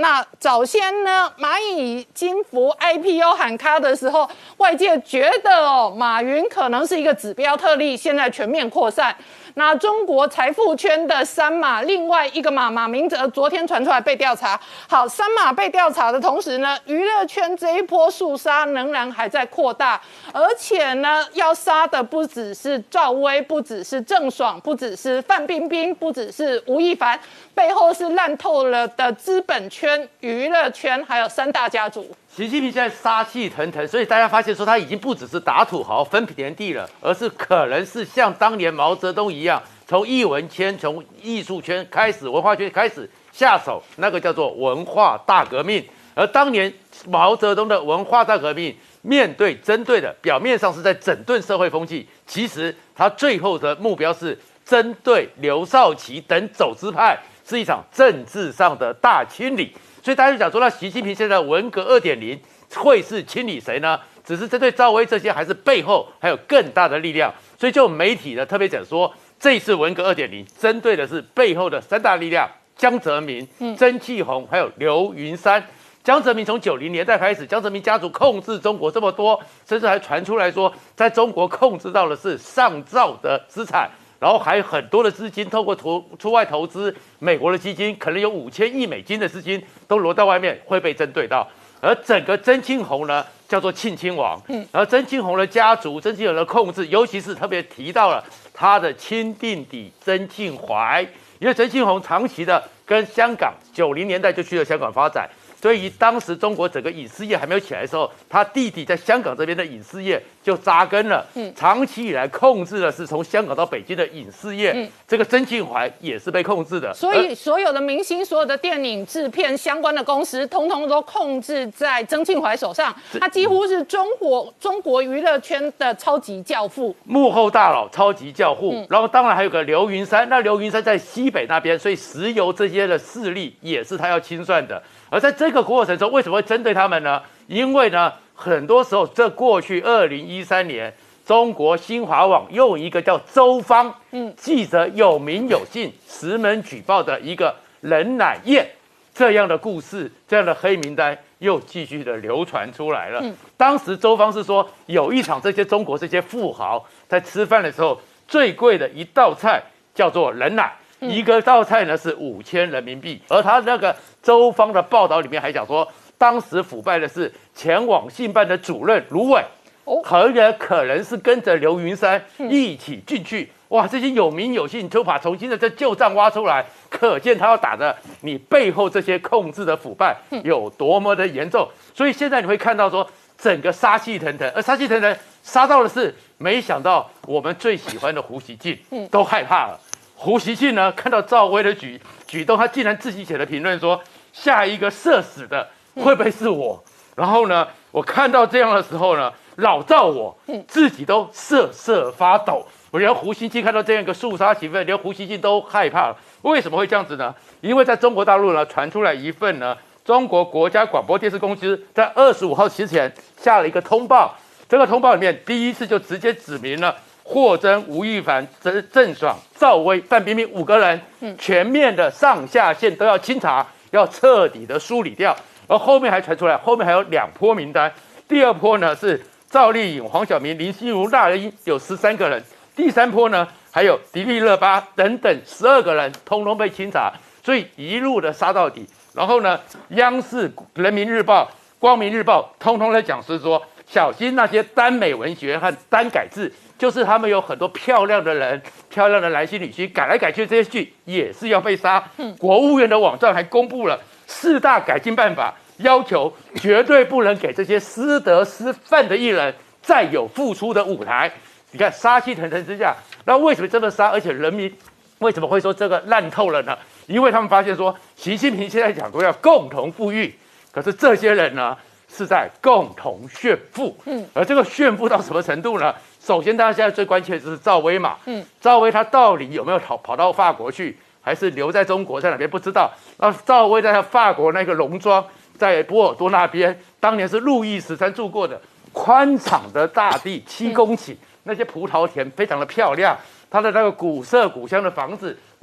早先呢，蚂蚁金服 I P O 喊卡的时候，外界觉得哦，马云可能是一个指标特例，现在全面扩散。那中国财富圈的三马，另外一个马马明哲昨天传出来被调查。好，三马被调查的同时呢，娱乐圈这一波肃杀仍然还在扩大，而且呢，要杀的不只是赵薇，不只是郑爽，不只是范冰冰，不只是吴亦凡，背后是烂透了的资本圈、娱乐圈，还有三大家族。 习近平现在杀气腾腾，所以大家发现说他已经不只是打土豪分田地了，而是可能是像当年毛泽东一样，从艺文圈、从艺术圈开始、文化圈开始下手，那个叫做文化大革命。而当年毛泽东的文化大革命，面对针对的表面上是在整顿社会风气，其实他最后的目标是针对刘少奇等走资派，是一场政治上的大清理。所以大家就讲说，那习近平现在文革 二点零 会是清理谁呢？只是针对赵薇这些，还是背后还有更大的力量？所以就媒体呢特别讲说，这一次文革 二点零 针对的是背后的三大力量：江泽民、曾庆红还有刘云山。江泽民从九零年代开始，江泽民家族控制中国这么多，甚至还传出来说，在中国控制到的是上兆的资产。然后还有很多的资金透过投出外投资，美国的基金可能有五千亿美金的资金都挪到外面，会被针对到。而整个曾庆红呢，叫做庆亲王，嗯，而曾庆红的家族、曾庆红的控制，尤其是特别提到了他的亲弟弟曾庆怀，因为曾庆红长期的跟香港九零年代就去了香港发展。所以当时中国整个影视业还没有起来的时候，他弟弟在香港这边的影视业就扎根了。嗯，长期以来控制的是从香港到北京的影视业。嗯，这个曾庆怀也是被控制的。 所以所有的明星、所有的电影制片相关的公司，通通都控制在曾庆怀手上。他几乎是中国中国娱乐圈的超级教父， 幕后大佬、超级教父。嗯，然后当然还有个刘云山，那刘云山在西北那边，所以石油这些的势力也是他要清算的。而在这个过程中，为什么会针对他们呢？因为呢，很多时候，这过去二零一三年，中国新华网用一个叫周芳，嗯，记者有名有姓、实名举报的一个人奶宴这样的故事，这样的黑名单又继续的流传出来了。嗯，当时周芳是说，有一场这些中国这些富豪在吃饭的时候，最贵的一道菜叫做人奶。一个道菜呢是五千人民币，而他那个周芳的报道里面还讲说，当时腐败的是前网信办的主任卢伟，可能可能是跟着刘云山一起进去。哇，这些有名有姓就把重新的这旧账挖出来，可见他要打的你背后这些控制的腐败有多么的严重。所以现在你会看到说，整个杀气腾腾，而杀气腾腾杀到的是，没想到我们最喜欢的胡锡进都害怕了。胡锡进呢，看到赵薇的举举动，他竟然自己写了评论说，下一个社死的会不会是我？嗯、然后呢，我看到这样的时候呢，老赵我自己都瑟瑟发抖。我觉得胡锡进看到这样一个肃杀气氛，连胡锡进都害怕了。为什么会这样子呢？因为在中国大陆呢，传出来一份呢，中国国家广播电视公司在二十五号之前下了一个通报，这个通报里面第一次就直接指明了。霍真、吴亦凡、郑郑爽、赵薇、范冰冰五个人，全面的上下线都要清查，要彻底的梳理掉。而后面还传出来，后面还有两波名单。第二波呢是赵丽颖、黄晓明、林心如、那英，有十三个人。第三波呢还有迪丽热巴等等十二个人，通通被清查。所以一路的杀到底。然后呢，央视、人民日报、光明日报，通通在讲是说，小心那些耽美文学和耽改字。就是他们有很多漂亮的人、漂亮的男星、女星改来改去，这些剧也是要被杀。嗯、国务院的网站还公布了四大改进办法，要求绝对不能给这些失德失范的艺人再有复出的舞台。你看杀气腾腾之下，那为什么这么杀？而且人民为什么会说这个烂透了呢？因为他们发现说，习近平现在讲说要共同富裕，可是这些人呢是在共同炫富。嗯，而这个炫富到什么程度呢？首先，大家现在最关切的就是赵薇嘛。嗯，赵薇她到底有没有跑跑到法国去，还是留在中国，在哪边不知道。那赵薇在法国那个农庄，在波尔多那边，当年是路易十三住过的宽敞的大地，七公顷，那些葡萄田非常的漂亮。她的那个古色古香的房子，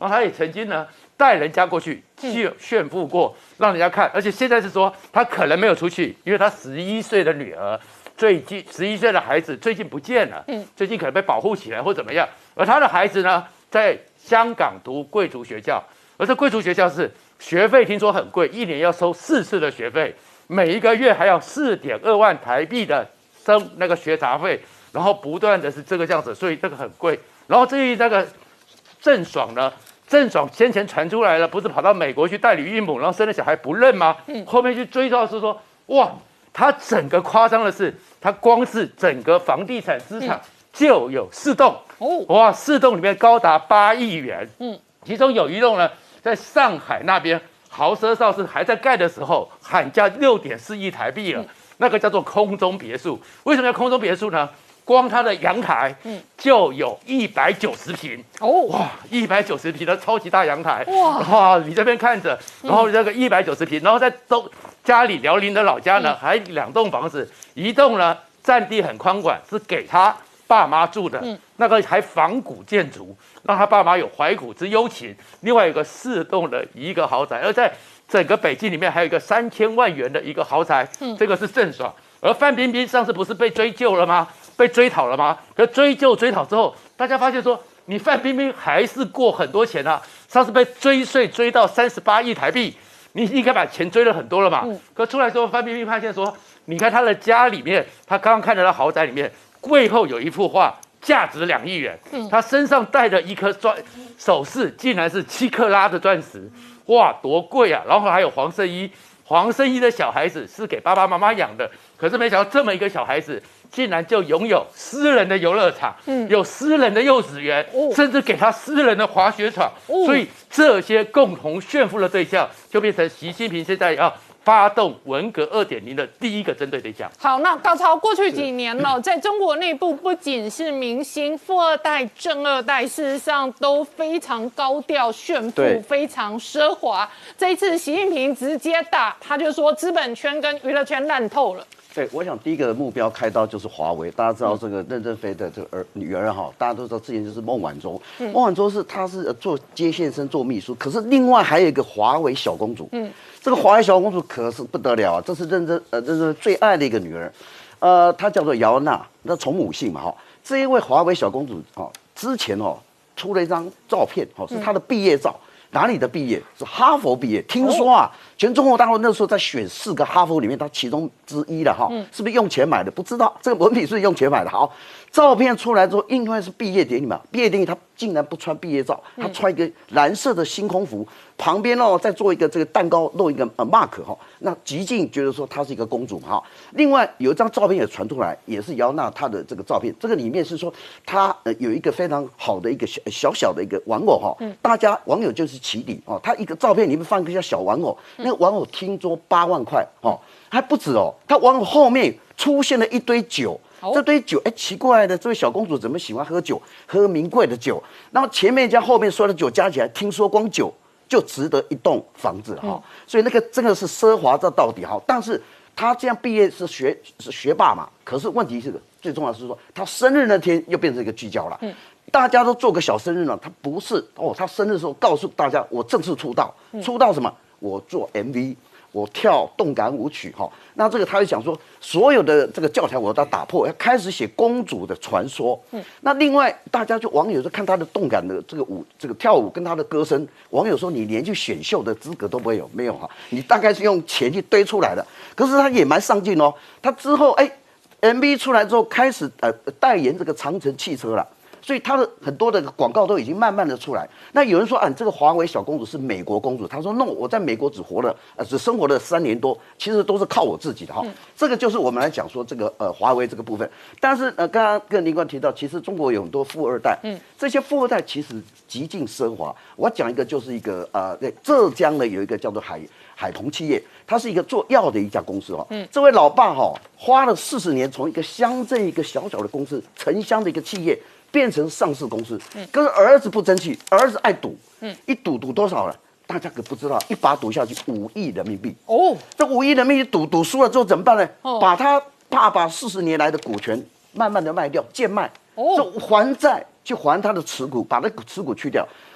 然后他也曾经呢带人家过去炫炫富过，让人家看，而且现在是说他可能没有出去，因为他十一岁的女儿。最近十一岁的孩子最近不见了，嗯，最近可能被保护起来或怎么样。而他的孩子呢，在香港读贵族学校，而这贵族学校是学费听说很贵，一年要收四次的学费，每一个月还要四点二万台币的生那个学杂费，然后不断的是这个样子，所以这个很贵。然后至于那个郑爽呢，郑爽先前传出来了，不是跑到美国去代理孕母，然后生了小孩不认吗？嗯，后面去追到是说，哇。他整个夸张的是，他光是整个房地产资产就有四栋，哦，哇，四栋里面高达八亿元，嗯，其中有一栋呢，在上海那边豪奢邵氏还在盖的时候，喊价六点四亿台币了，那个叫做空中别墅。为什么叫空中别墅呢？光它的阳台，嗯，就有一百九十平，哦，哇，一百九十平的超级大阳台，哇，哇，你这边看着，然后这个一百九十平，然后在都。家里辽宁的老家呢，嗯、还两栋房子，一栋呢占地很宽广，是给他爸妈住的，嗯、那个还仿古建筑，让他爸妈有怀古之幽情。另外有个四栋的一个豪宅，而在整个北京里面还有一个三千万元的一个豪宅，嗯、这个是郑爽。而范冰冰上次不是被追究了吗？被追讨了吗？可追究追讨之后，大家发现说，你范冰冰还是过很多钱啊，上次被追税追到三十八亿台币。你应该把钱追了很多了嘛？嗯、可出来之后，范冰冰发现说，你看他的家里面，他刚刚看到的豪宅里面，柜后有一幅画，价值两亿元。嗯、他身上戴的一颗钻首饰，竟然是七克拉的钻石，哇，多贵啊！然后还有黄圣依，黄圣依的小孩子是给爸爸妈妈养的，可是没想到这么一个小孩子，竟然就拥有私人的游乐场，嗯、有私人的幼稚园，哦、甚至给他私人的滑雪场，哦、所以这些共同炫富的对象，就变成习近平现在要发动文革二点零的第一个针对对象。 好，那高超过去几年了，在中国内部不仅是明星、富二代、正二代，事实上都非常高调炫富，非常奢华。这一次习近平直接打，他就说资本圈跟娱乐圈烂透了。 对，我想第一个目标开刀就是华为。大家知道这个任正非的这个儿女儿哈，大家都知道之前就是孟晚舟。嗯、孟晚舟是她是做接线生做秘书，可是另外还有一个华为小公主。嗯，这个华为小公主可是不得了啊，这是任正呃任正最爱的一个女儿，呃，她叫做姚娜，那从母姓嘛哈。这一位华为小公主哦，之前哦出了一张照片哦，是她的毕业照。哪里的毕业？是哈佛毕业。听说啊，全中国大陆那时候在选四个哈佛里面，他其中之一了哈，嗯、是不是用钱买的？不知道，这个文凭是不是用钱买的？好，照片出来之后，因为是毕业典礼嘛，毕业典礼他竟然不穿毕业照，他穿一个蓝色的星空服，旁边哦再做一个这个蛋糕露一个呃 mark 哈，那极尽觉得说她是一个公主嘛哈。另外有一张照片也传出来，也是姚娜她的这个照片，这个里面是说她呃有一个非常好的一个小小小的一个玩偶哈，大家网友就是起底哦，他一个照片里面放一个小玩偶，那个玩偶听说八万块哦，还不止哦，他玩偶后面出现了一堆酒。这堆酒，哎，奇怪的，这位小公主怎么喜欢喝酒，喝名贵的酒？然后前面加后面所有的酒加起来，听说光酒就值得一栋房子哈、嗯。所以那个真的是奢华到到底哈。但是他这样毕业是学是学霸嘛，可是问题是最重要的是说，他生日那天又变成一个聚焦了。嗯，大家都做个小生日呢，他不是哦，他生日的时候告诉大家，我正式出道，嗯、出道什么？我做 M V。我跳动感舞曲哈，那这个他就想说，所有的这个教条我都要打破，要开始写公主的传说。嗯，那另外大家就网友就看他的动感的这个舞，这个跳舞跟他的歌声，网友说你连去选秀的资格都不会有，没有哈，你大概是用钱去堆出来的。可是他也蛮上进哦，他之后哎 ，M V 出来之后开始呃代言这个长城汽车了。所以他的很多的广告都已经慢慢的出来。那有人说啊，这个华为小公主是美国公主。他说 no， 我在美国只活了呃只生活了三年多，其实都是靠我自己的哈。嗯、这个就是我们来讲说这个呃华为这个部分。但是呃刚刚跟林官提到，其实中国有很多富二代，嗯，这些富二代其实极尽奢华。我讲一个就是一个呃在浙江的有一个叫做海海鹏企业，它是一个做药的一家公司哈。嗯，这位老爸哈花了四十年从一个乡镇一个小小的公司城乡的一个企业。变成上市公司，可是儿子不争气，儿子爱赌，嗯，一赌赌多少了？大家可不知道，一把赌下去五亿人民币。哦，这五亿人民币赌赌输了之后怎么办呢？哦，把他爸爸四十年来的股权慢慢的卖掉，贱卖，哦，就还债去还他的持股，把那个持股去掉。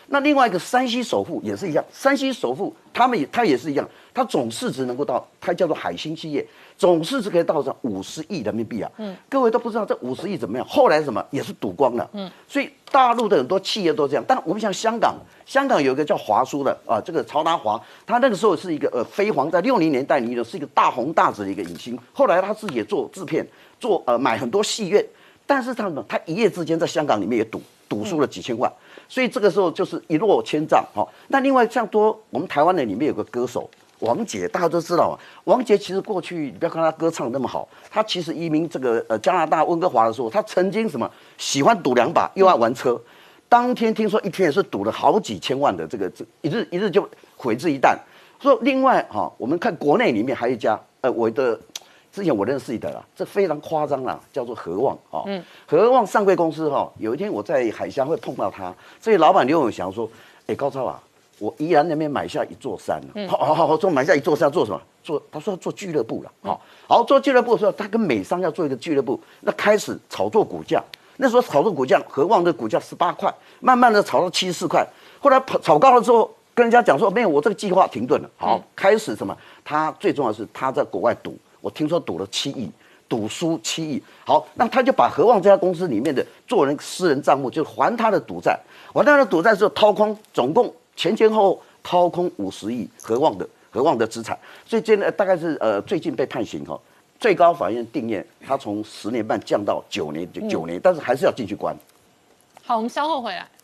那另外一个山西首富也是一样，山西首富他们也他也是一样，他总市值能够到，它叫做海星企业，总市值可以到上五十亿人民币啊。嗯，各位都不知道这五十亿怎么样，后来什么也是赌光了。嗯，所以大陆的很多企业都这样。但我们像香港，香港有一个叫华书的啊，这个曹达华，他那个时候是一个呃飞黄，在六零年代里头是一个大红大紫的一个影星，后来他自己也做制片，做呃买很多戏院，但是他呢，他一夜之间在香港里面也赌。赌输了几千万，所以这个时候就是一落千丈。好，那另外像多我们台湾的里面有个歌手王杰，大家都知道啊。王杰其实过去你不要看他歌唱那么好，他其实移民这个呃加拿大温哥华的时候，他曾经什么喜欢赌两把，又爱玩车。当天听说一天也是赌了好几千万的这个，这一日一日就毁之一旦。所以另外哈，我们看国内里面还有一家呃我的。之前我认识的啦，这非常夸张啦，叫做和旺啊。嗯，和旺上柜公司哈，有一天我在海峡会碰到他，所以老板刘永祥说：“哎，高超啊，我宜兰那边买下一座山了。嗯，好好好，做买下一座山做什么？做他说要做俱乐部了。好，好做俱乐部的时候，他跟美商要做一个俱乐部，那开始炒作股价。那时候炒作股价，和旺的股价十八块，慢慢的炒到七十四块，后来炒高了之后，跟人家讲说没有，我这个计划停顿了。好，开始什么？他最重要的是他在国外赌。”我听说赌了七亿，赌输七亿。好，那他就把和旺这家公司里面的做人私人账目，就还他的赌债，还他的赌债之后掏空，总共前前后后掏空五十亿和旺的和旺的资产。所以这呢大概是呃最近被判刑哈，最高法院定谳他从十年半降到九年九年，但是还是要进去关。 好，我们稍后回来。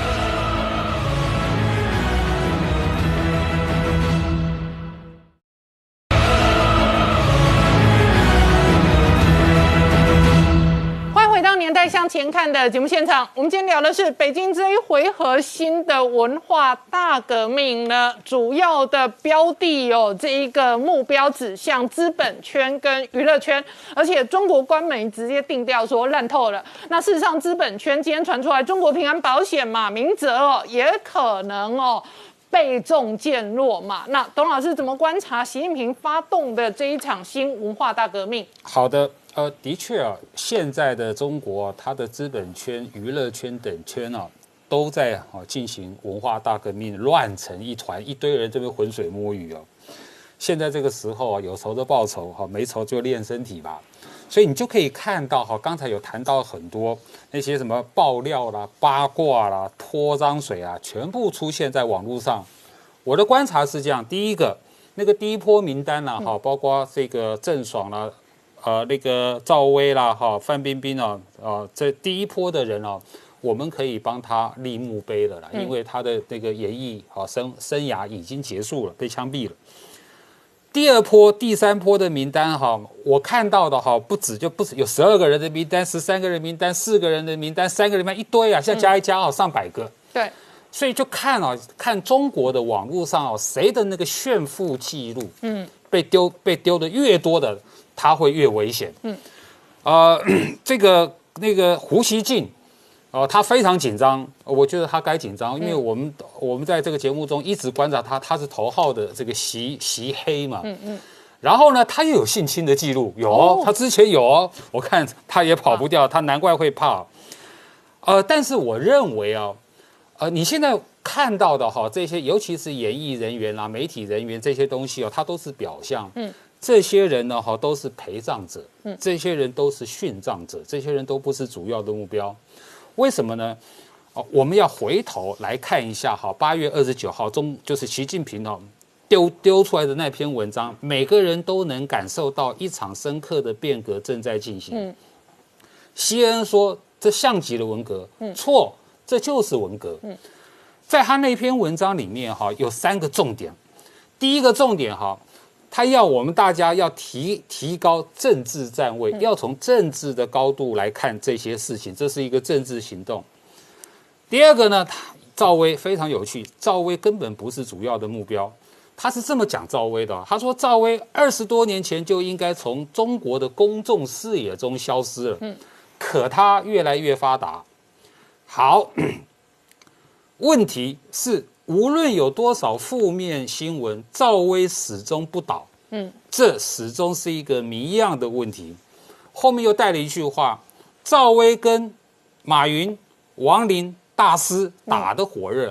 年代向前看的节目现场，我们今天聊的是北京这一回合新的文化大革命呢，主要的标的有、哦、这一个目标指向资本圈跟娱乐圈，而且中国官媒直接定调说烂透了。那事实上，资本圈今天传出来，中国平安保险马明哲哦，也可能哦。被中箭落马，那董老师怎么观察习近平发动的这一场新文化大革命？ 好的，呃，的确啊，现在的中国，它的资本圈、娱乐圈等圈啊，都在啊进行文化大革命，乱成一团，一堆人这边浑水摸鱼哦。现在这个时候啊，有仇就报仇，哈，没仇就练身体吧。所以你就可以看到哈，刚才有谈到很多那些什么爆料啦、八卦啦、泼脏水啊，全部出现在网络上。我的观察是这样：第一个，那个第一波名单啦，哈，包括这个郑爽啦、呃，那个赵薇啦，哈，范冰冰啊，啊，这第一波的人哦，我们可以帮他立墓碑了啦，因为他的那个演艺啊生生涯已经结束了，被枪毙了。第二波、第三波的名单哈，我看到的哈不止就不止有十二个人的名单、十三个人名单、四个人的名单、三个人名单一堆啊，现在加一加哦，上百个。 对，所以就看啊，看中国的网络上哦，谁的那个炫富记录，嗯，被丢被丢的越多的，他会越危险。嗯，呃，这个那个胡锡进。哦，他非常紧张，我觉得他该紧张，因为我们、嗯、我们在这个节目中一直观察他，他是头号的这个习习黑嘛，嗯嗯，然后呢，他又有性侵的记录，有、哦，他之前有哦，我看他也跑不掉，他难怪会怕，呃，但是我认为啊，呃，你现在看到的哈，这些尤其是演艺人员啦、媒体人员这些东西哦，它都是表象，嗯，这些人呢哈都是陪葬者，嗯，这些人都是殉葬者，这些人都不是主要的目标。为什么呢？哦，我们要回头来看一下哈，八月二十九号中就是习近平哦丢丢出来的那篇文章，每个人都能感受到一场深刻的变革正在进行。嗯，西恩说这像极了文革，嗯，错，这就是文革。嗯，在他那篇文章里面哈有三个重点，第一个重点哈。他要我们大家要提提高政治站位，要从政治的高度来看这些事情，这是一个政治行动。第二个呢，赵薇非常有趣，赵薇根本不是主要的目标，他是这么讲赵薇的，他说赵薇二十多年前就应该从中国的公众视野中消失了，嗯，可他越来越发达。好，问题是。无论有多少负面新闻，赵薇始终不倒。嗯，这始终是一个谜一样的问题。后面又带了一句话：赵薇跟马云、王林大师打得火热，嗯、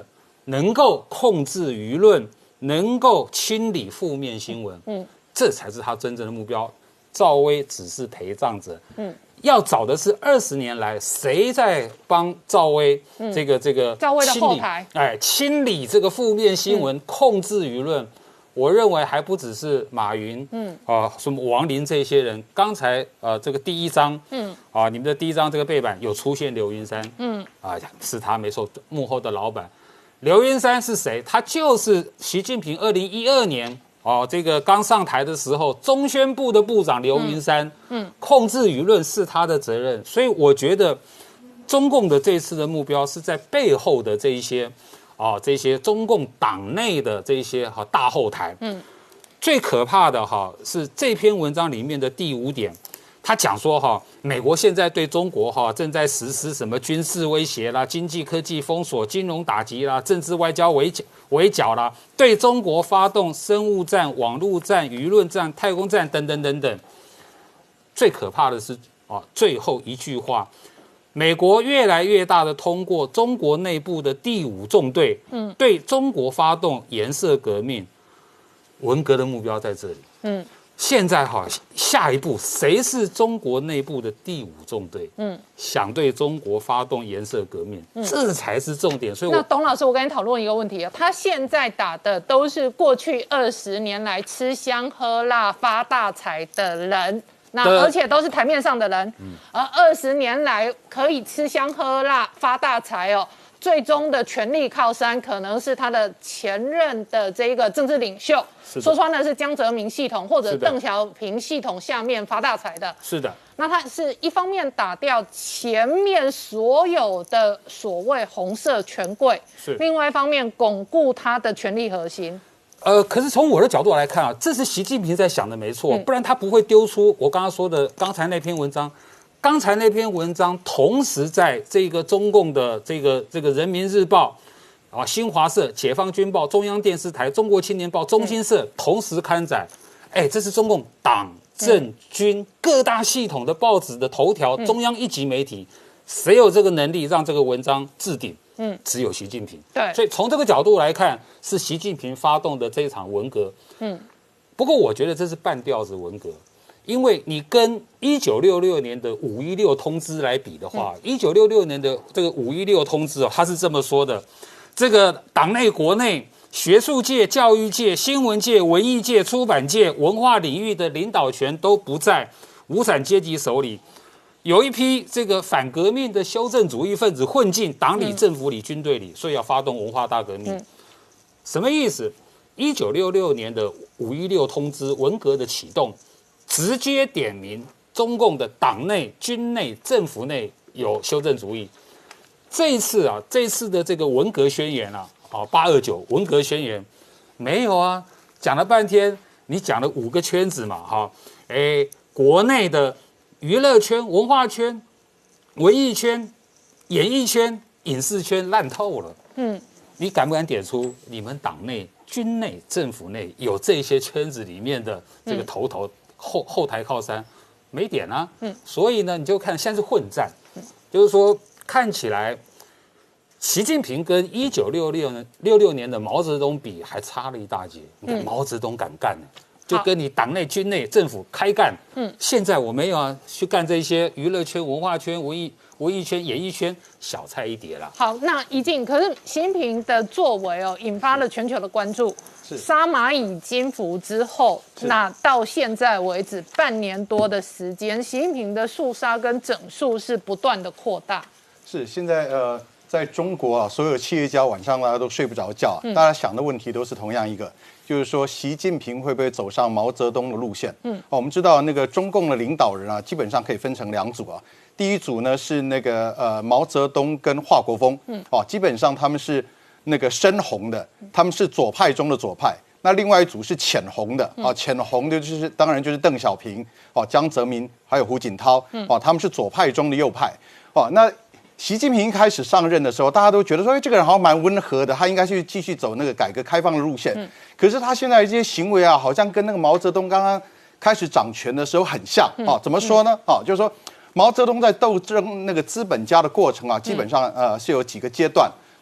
能够控制舆论，能够清理负面新闻，嗯，这才是他真正的目标。赵薇只是陪葬者，嗯，要找的是二十年来谁在帮赵薇这个、嗯、这个赵薇的后台， 哎，清理这个负面新闻，嗯、控制舆论。我认为还不只是马云，嗯啊，什么王林这些人。刚才呃这个第一章，嗯啊，你们的第一章这个背板有出现刘云山，嗯啊，是他没错，幕后的老板。刘云山是谁？他就是习近平二零一二年。哦，这个刚上台的时候，中宣部的部长刘云山，嗯，嗯控制舆论是他的责任，所以我觉得中共的这次的目标是在背后的这一些，啊，这些中共党内的这些哈大后台，嗯，最可怕的哈是这篇文章里面的第五点，他讲说哈，美国现在对中国哈正在实施什么军事威胁啦、经济科技封锁、金融打击啦、政治外交围剿。围剿啦，对中国发动生物战、网络战、舆论战、太空战等等等等。最可怕的是啊，最后一句话，美国越来越大的通过中国内部的第五纵队，嗯，对中国发动颜色革命。文革的目标在这里，嗯。现在哈，下一步谁是中国内部的第五纵队？嗯，想对中国发动颜色革命，嗯、这才是重点。所以， 那董老师，我跟你讨论一个问题啊，他现在打的都是过去二十年来吃香喝辣发大财的人，那而且都是台面上的人，嗯、而二十年来可以吃香喝辣发大财哦。最终的权力靠山可能是他的前任的这个政治领袖，说穿了是江泽民系统或者邓小平系统下面发大财的。 是的， 那他是一方面打掉前面所有的所谓红色权贵，是另外一方面巩固他的权力核心。 呃，可是从我的角度来看啊，这是习近平在想的没错，嗯、不然他不会丢出我刚刚说的刚才那篇文章。刚才那篇文章同时在这个中共的这个这个人民日报啊、新华社、解放军报、中央电视台、中国青年报、中新社同时刊载，哎，这是中共党政军各大系统的报纸的头条，中央一级媒体，谁有这个能力让这个文章置顶？嗯，只有习近平。 对， 所以从这个角度来看，是习近平发动的这一场文革。嗯，不过我觉得这是半吊子文革。因为你跟一九六六年的五一六通知来比的话，一九六六年的这个五一六通知哦，他是这么说的：这个党内、国内、学术界、教育界、新闻界、文艺界、出版界、文化领域的领导权都不在无产阶级手里，有一批这个反革命的修正主义分子混进党里、政府里、军队里，所以要发动文化大革命。什么意思？一九六六年的五一六通知，文革的启动。直接点名中共的党内、军内、政府内有修正主义。这一次啊，这一次的这个文革宣言啊，啊八二九文革宣言没有啊，讲了半天，你讲了五个圈子嘛，哈，哎，国内的娱乐圈、文化圈、文艺圈、演艺圈、影视圈烂透了。嗯，你敢不敢点出你们党内、军内、政府内有这些圈子里面的这个头头？后后台靠山没点啊，嗯，所以呢，你就看现在是混战，嗯、就是说看起来，习近平跟一九六六年六六年的毛泽东比还差了一大截。你看毛泽东敢干呢，就跟你党内、军内、政府开干。嗯，现在我没有啊，去干这些娱乐圈、文化圈、文艺文艺圈、演艺圈，小菜一碟啦。 好，那一定，可是习近平的作为哦，引发了全球的关注。杀蚂蚁金服之后，那到现在为止半年多的时间，习近平的肃杀跟整肃是不断的扩大。 是现在呃，在中国啊，所有企业家晚上大家都睡不着觉、啊嗯，大家想的问题都是同样一个，就是说习近平会不会走上毛泽东的路线？嗯，哦，我们知道那个中共的领导人啊，基本上可以分成两组啊。第一组呢是那个呃毛泽东跟华国锋，嗯，哦，基本上他们是。那个深红的，他们是左派中的左派。那另外一组是浅红的啊，浅红的就是当然就是邓小平、哦江泽民还有胡锦涛，哦他们是左派中的右派。哦，那习近平一开始上任的时候，大家都觉得说，哎，这个人好像蛮温和的，他应该去继续走那个改革开放的路线。可是他现在这些行为啊，好像跟那个毛泽东刚刚开始掌权的时候很像。哦，怎么说呢？哦，就是说毛泽东在斗争那个资本家的过程啊，基本上呃是有几个阶段。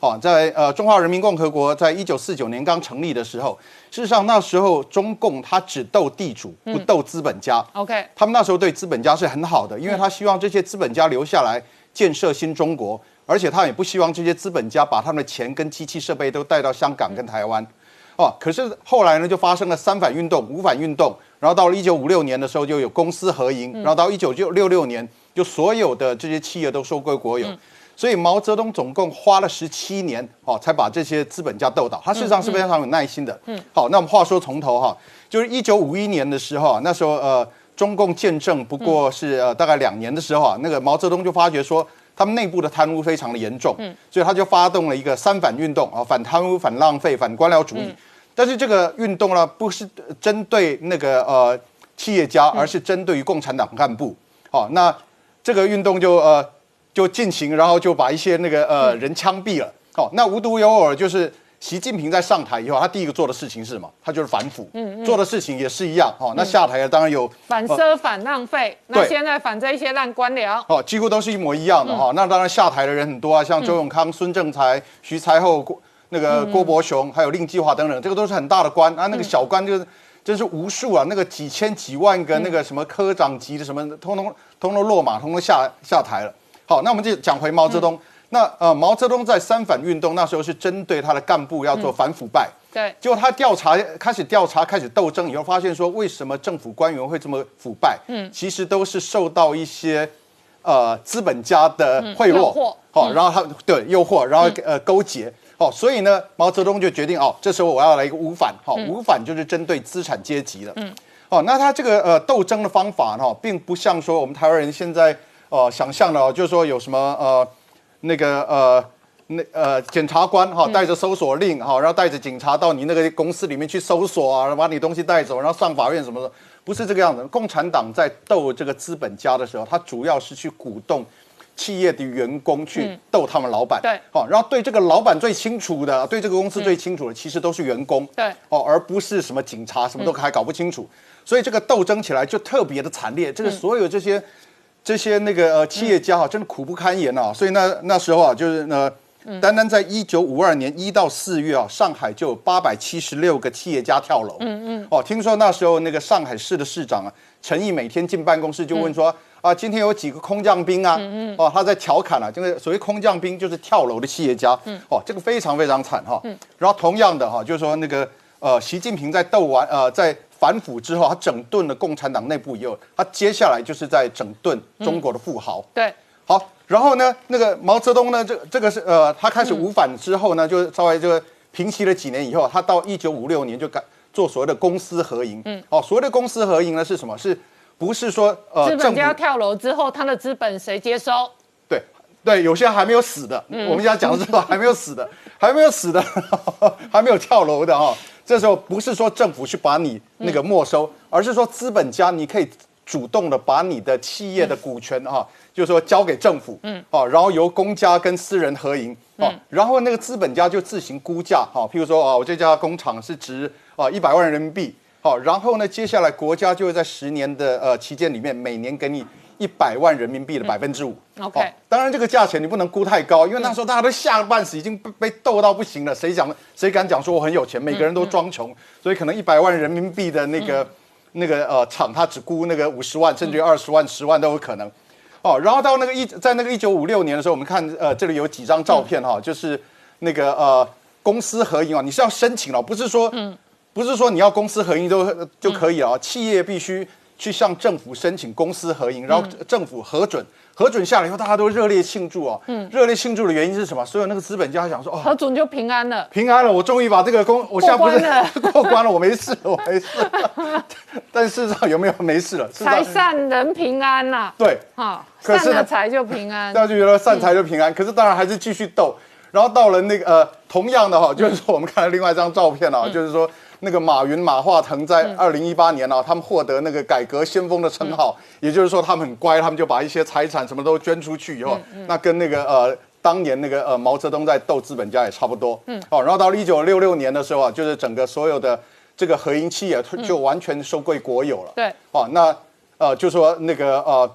哦，在呃中华人民共和国在一九四九年刚成立的时候，事实上那时候中共他只斗地主，不斗资本家。 OK， 他们那时候对资本家是很好的，因为他希望这些资本家留下来建设新中国，而且他也不希望这些资本家把他们的钱跟机器设备都带到香港跟台湾。哦，可是后来呢，就发生了三反运动、五反运动，然后到了一九五六年的时候，就有公私合营，然后到一九六六年，就所有的这些企业都收归国有。嗯，所以毛泽东总共花了十七年，哦，才把这些资本家斗倒。他事实上是非常有耐心的。嗯，好，那我们话说从头哈，就是一九五一年的时候，那时候呃，中共建政不过是呃大概两年的时候啊，那个毛泽东就发觉说，他们内部的贪污非常的严重，嗯，所以他就发动了一个三反运动啊，反贪污、反浪费、反官僚主义。嗯，但是这个运动呢，不是针对那个呃企业家，而是针对于共产党干部。好，那这个运动就呃就进行，然后就把一些那个呃人枪毙了。好，那无独有偶，就是习近平在上台以后，他第一个做的事情是什么？他就是反腐，嗯嗯，做的事情也是一样。哦，那下台了，当然有反奢反浪费，那现在反这一些烂官僚， 哦，几乎都是一模一样的哈。那当然下台的人很多啊，像周永康、孙政才、徐才厚、那个郭伯雄，还有令计划等等，这个都是很大的官啊。那个小官就是真是无数啊，那个几千几万个那个什么科长级的什么，通通通通落马，通通下下台了。好，那我们就讲回毛泽东。那呃，毛泽东在三反运动那时候是针对他的干部要做反腐败。 对， 结果他调查开始调查开始斗争以后，发现说为什么政府官员会这么腐败？嗯，其实都是受到一些呃资本家的贿赂，好、嗯，然后他对诱惑，然后呃勾结。哦，所以呢，毛泽东就决定哦，这时候我要来一个五反，好、哦，五反就是针对资产阶级的，嗯，哦，那他这个呃斗争的方法呢、哦，并不像说我们台湾人现在呃想象的、哦，就是说有什么呃那个呃那呃检察官哈、哦、带着搜索令哈、哦，然后带着警察到你那个公司里面去搜索啊，把你东西带走，然后上法院什么的，不是这个样子。共产党在斗这个资本家的时候，他主要是去鼓动企业的员工去斗他们老板， 对， 好，然后对这个老板最清楚的，对这个公司最清楚的，其实都是员工， 对， 哦，而不是什么警察，什么都还搞不清楚，所以这个斗争起来就特别的惨烈。这个所有这些这些那个呃企业家哈，真的苦不堪言啊。所以那那时候啊，就是呢，单单在一九五二年一到四月啊，上海就有八百七十六个企业家跳楼，嗯嗯，哦，听说那时候那个上海市的市长啊，陈毅每天进办公室就问说。啊，今天有几个空降兵啊？嗯嗯，哦，他在调侃啊，这个所谓空降兵就是跳楼的企业家，嗯，哦，这个非常非常惨哈。嗯，然后同样的哈，就是说那个呃，习近平在斗完呃，在反腐之后，他整顿了共产党内部以后，他接下来就是在整顿中国的富豪。 嗯、对， 好，然后呢，那个毛泽东呢，这这个是呃，他开始五反之后呢，就稍微这个平息了几年以后，他到一九五六年就改做所谓的公私合营。嗯，哦，所谓的公私合营呢是什么？是不是说呃， 资本家跳楼之后，他的资本谁接收？ 对对，有些还没有死的，嗯、我们现在讲的是还没有死的，还没有死的，还没有跳楼的哈、哦。这时候不是说政府去把你那个没收，嗯、而是说资本家你可以主动的把你的企业的股权哈、嗯哦，就是说交给政府，嗯，哦，然后由公家跟私人合营，哦，嗯、然后那个资本家就自行估价，哈、哦，譬如说啊、哦，我这家工厂是值啊一百万人民币。好，然后呢，接下来国家就会在十年的呃期间里面，每年给你一百万人民币的百分之五。 OK， 当然这个价钱你不能估太高，因为那时候大家都吓半死，已经被被斗到不行了。谁讲谁敢讲说我很有钱？每个人都装穷，所以可能一百万人民币的那个、嗯、那个呃厂，他只估那个五十万，甚至二十万、十万都有可能。哦，然后到那个一在那个一九五六年的时候，我们看呃这里有几张照片哈、哦，就是那个呃公私合营啊，你是要申请了，不是说嗯。不是说你要公私合营都就可以了、嗯、企业必须去向政府申请公私合营，然后政府核准，核准下来以后，大家都热烈庆祝哦。嗯，热烈庆祝的原因是什么？所有那个资本家想说，哦， 核准就平安了， 平安了，我终于把这个公，我现在不是过关了，我没事，我没事。但事实上有没有没事了？ 财散人平安呐、啊。 对， 哈，散了财就平安。 大家就觉得散财就平安，嗯、可是当然还是继续斗。然后到了那个呃，同样的哈、哦，就是说我们看了另外一张照片啊、哦，嗯、就是说。那个马云、马化腾在二零一八年啊，嗯、他们获得那个改革先锋的称号，嗯、也就是说他们很乖，他们就把一些财产什么都捐出去以后，嗯嗯、那跟那个呃当年那个呃毛泽东在斗资本家也差不多。嗯，哦，然后到了一九六六年的时候啊，就是整个所有的这个合营企业就完全收归国有了。 对、嗯， 哦，那呃就说那个呃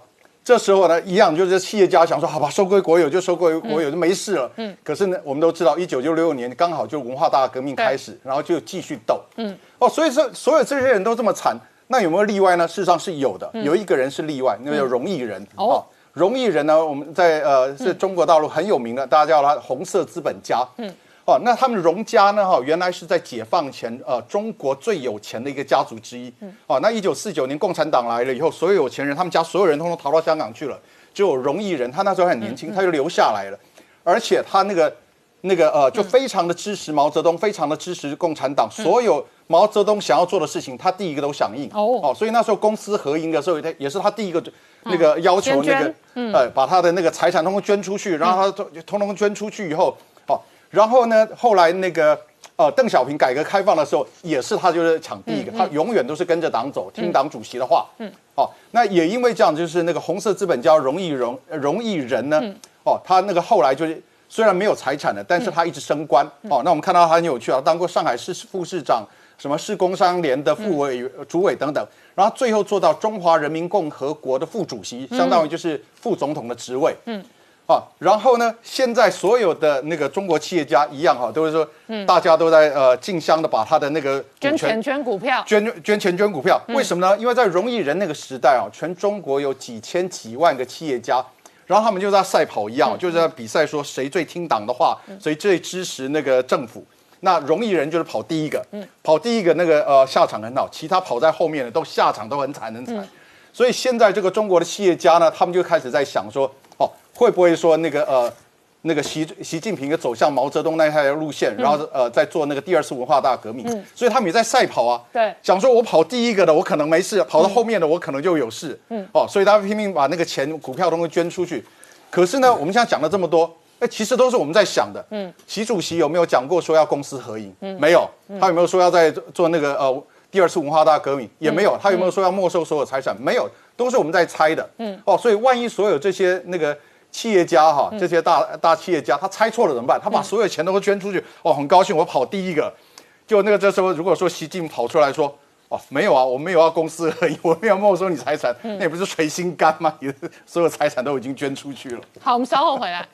这时候呢，一样就是企业家想说，好吧，收归国有就收归国有，就没事了。嗯。可是呢，我们都知道，一九六六年刚好就文化大革命开始，然后就继续斗。嗯。哦，所以说所有这些人都这么惨，那有没有例外呢？事实上是有的，有一个人是例外，那个叫荣毅人。哦。荣毅人呢，我们在呃是中国大陆很有名的，大家叫他红色资本家。嗯。哦，那他们荣家呢？哈，原来是在解放前，呃，中国最有钱的一个家族之一。嗯，哦，那一九四九年共产党来了以后，所有有钱人，他们家所有人通通逃到香港去了，只有荣毅人，他那时候很年轻，他就留下来了，而且他那个那个呃，就非常的支持毛泽东，非常的支持共产党，所有毛泽东想要做的事情，他第一个都响应。哦，哦，所以那时候公私合营的时候，他也是他第一个那个要求那个，呃，把他的那个财产通通捐出去，然后他通通捐出去以后。然后呢，后来那个呃邓小平改革开放的时候，也是他就是抢第一个，嗯嗯、他永远都是跟着党走，听党主席的话。嗯，哦，那也因为这样，就是那个红色资本家荣毅荣荣毅人呢，嗯、哦，他那个后来就是虽然没有财产了，但是他一直升官。嗯、哦，那我们看到他很有趣啊，当过上海市副市长，什么市工商联的副委、嗯、主委等等，然后最后做到中华人民共和国的副主席，相当于就是副总统的职位。嗯。啊，然后呢？现在所有的那个中国企业家一样哈，都是说，嗯，大家都在呃竞相的把他的那个捐钱捐股票， 捐捐钱捐股票。为什么呢？因为在荣毅人那个时代啊，全中国有几千几万个企业家，然后他们就在赛跑一样，嗯、就是在比赛说谁最听党的话，嗯、谁最支持那个政府。那荣毅人就是跑第一个，嗯，跑第一个那个呃下场很好，其他跑在后面的都下场都很惨很惨。嗯、所以现在这个中国的企业家呢，他们就开始在想说。会不会说那个呃，那个习习近平走向毛泽东那条路线，嗯、然后呃再做那个第二次文化大革命？嗯、所以他们也在赛跑啊。 对， 想说我跑第一个的我可能没事，跑到后面的我可能就有事。嗯，哦，所以他拼命把那个钱股票都捐出去。可是呢，我们现在讲了这么多，哎，其实都是我们在想的。嗯，习主席有没有讲过说要公私合营？嗯，没有。他有没有说要在做那个呃第二次文化大革命？也没有。他有没有说要没收所有财产？没有，都是我们在猜的。嗯，哦，所以万一所有这些那个。企业家哈，这些大大企业家，他猜错了怎么办？他把所有钱都捐出去，哦，很高兴，我跑第一个。就那个这时候，如果说习近平跑出来说，哦，没有啊，我没有要公私合营，我没有没收你财产，那也不是捶心肝吗？你的所有财产都已经捐出去了。 好，我们稍后回来。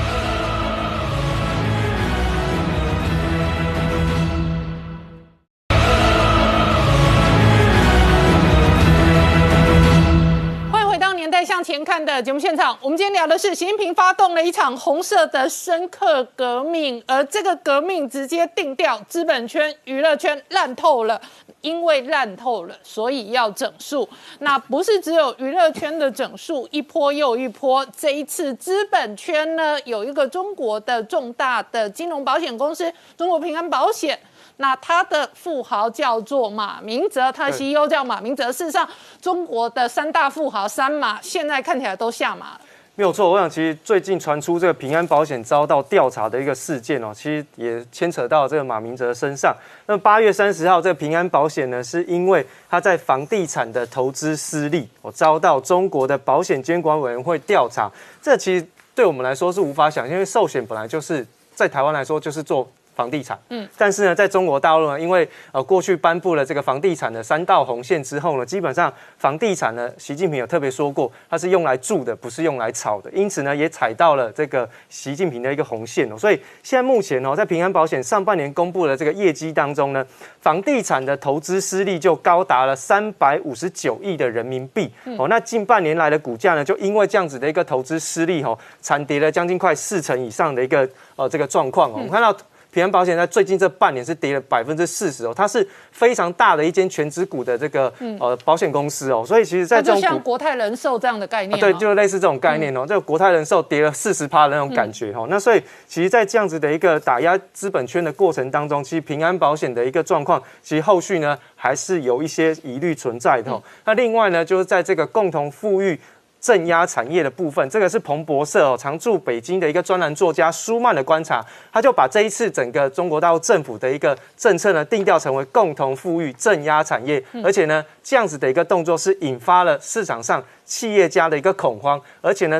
向前看的节目现场，我们今天聊的是习近平发动了一场红色的深刻革命，而这个革命直接定调资本圈、娱乐圈烂透了，因为烂透了，所以要整数。那不是只有娱乐圈的整数，一波又一波。这一次资本圈呢，有一个中国的重大的金融保险公司——中国平安保险。那他的富豪叫做马明哲，他的 C E O 叫马明哲。事实上，中国的三大富豪三马现在看起来都下马了。 没有错，我想其实最近传出这个平安保险遭到调查的一个事件哦，其实也牵扯到这个马明哲身上。那八月三十号，这个平安保险呢，是因为他在房地产的投资失利，哦，遭到中国的保险监管委员会调查。这其实对我们来说是无法想象，因为寿险本来就是在台湾来说就是做房地产，嗯，但是呢，在中国大陆呢，因为呃过去颁布了这个房地产的三道红线之后呢，基本上房地产呢，习近平有特别说过，它是用来住的，不是用来炒的，因此呢，也踩到了这个习近平的一个红线哦。所以现在目前哦，在平安保险上半年公布的这个业绩当中呢，房地产的投资失利就高达了三百五十九亿的人民币哦。那近半年来的股价呢，就因为这样子的一个投资失利哦，惨跌了将近快四成以上的一个呃这个状况哦。我们看到。平安保险在最近这半年是跌了百分之四十哦，它是非常大的一间全指股的这个、嗯、呃保险公司哦，所以其实在这种就像国泰人寿这样的概念、哦， 对，就类似这种概念哦，嗯、这个国泰人寿跌了四十趴的那种感觉哦，嗯、那所以其实，在这样子的一个打压资本圈的过程当中，其实平安保险的一个状况，其实后续呢还是有一些疑虑存在的哦。嗯、那另外呢，就是在这个共同富裕。镇压产业的部分，这个是彭博社哦常驻北京的一个专栏作家舒曼的观察，他就把这一次整个中国大陆政府的一个政策呢定调成为共同富裕镇压产业，嗯、而且呢这样子的一个动作是引发了市场上企业家的一个恐慌，而且呢它会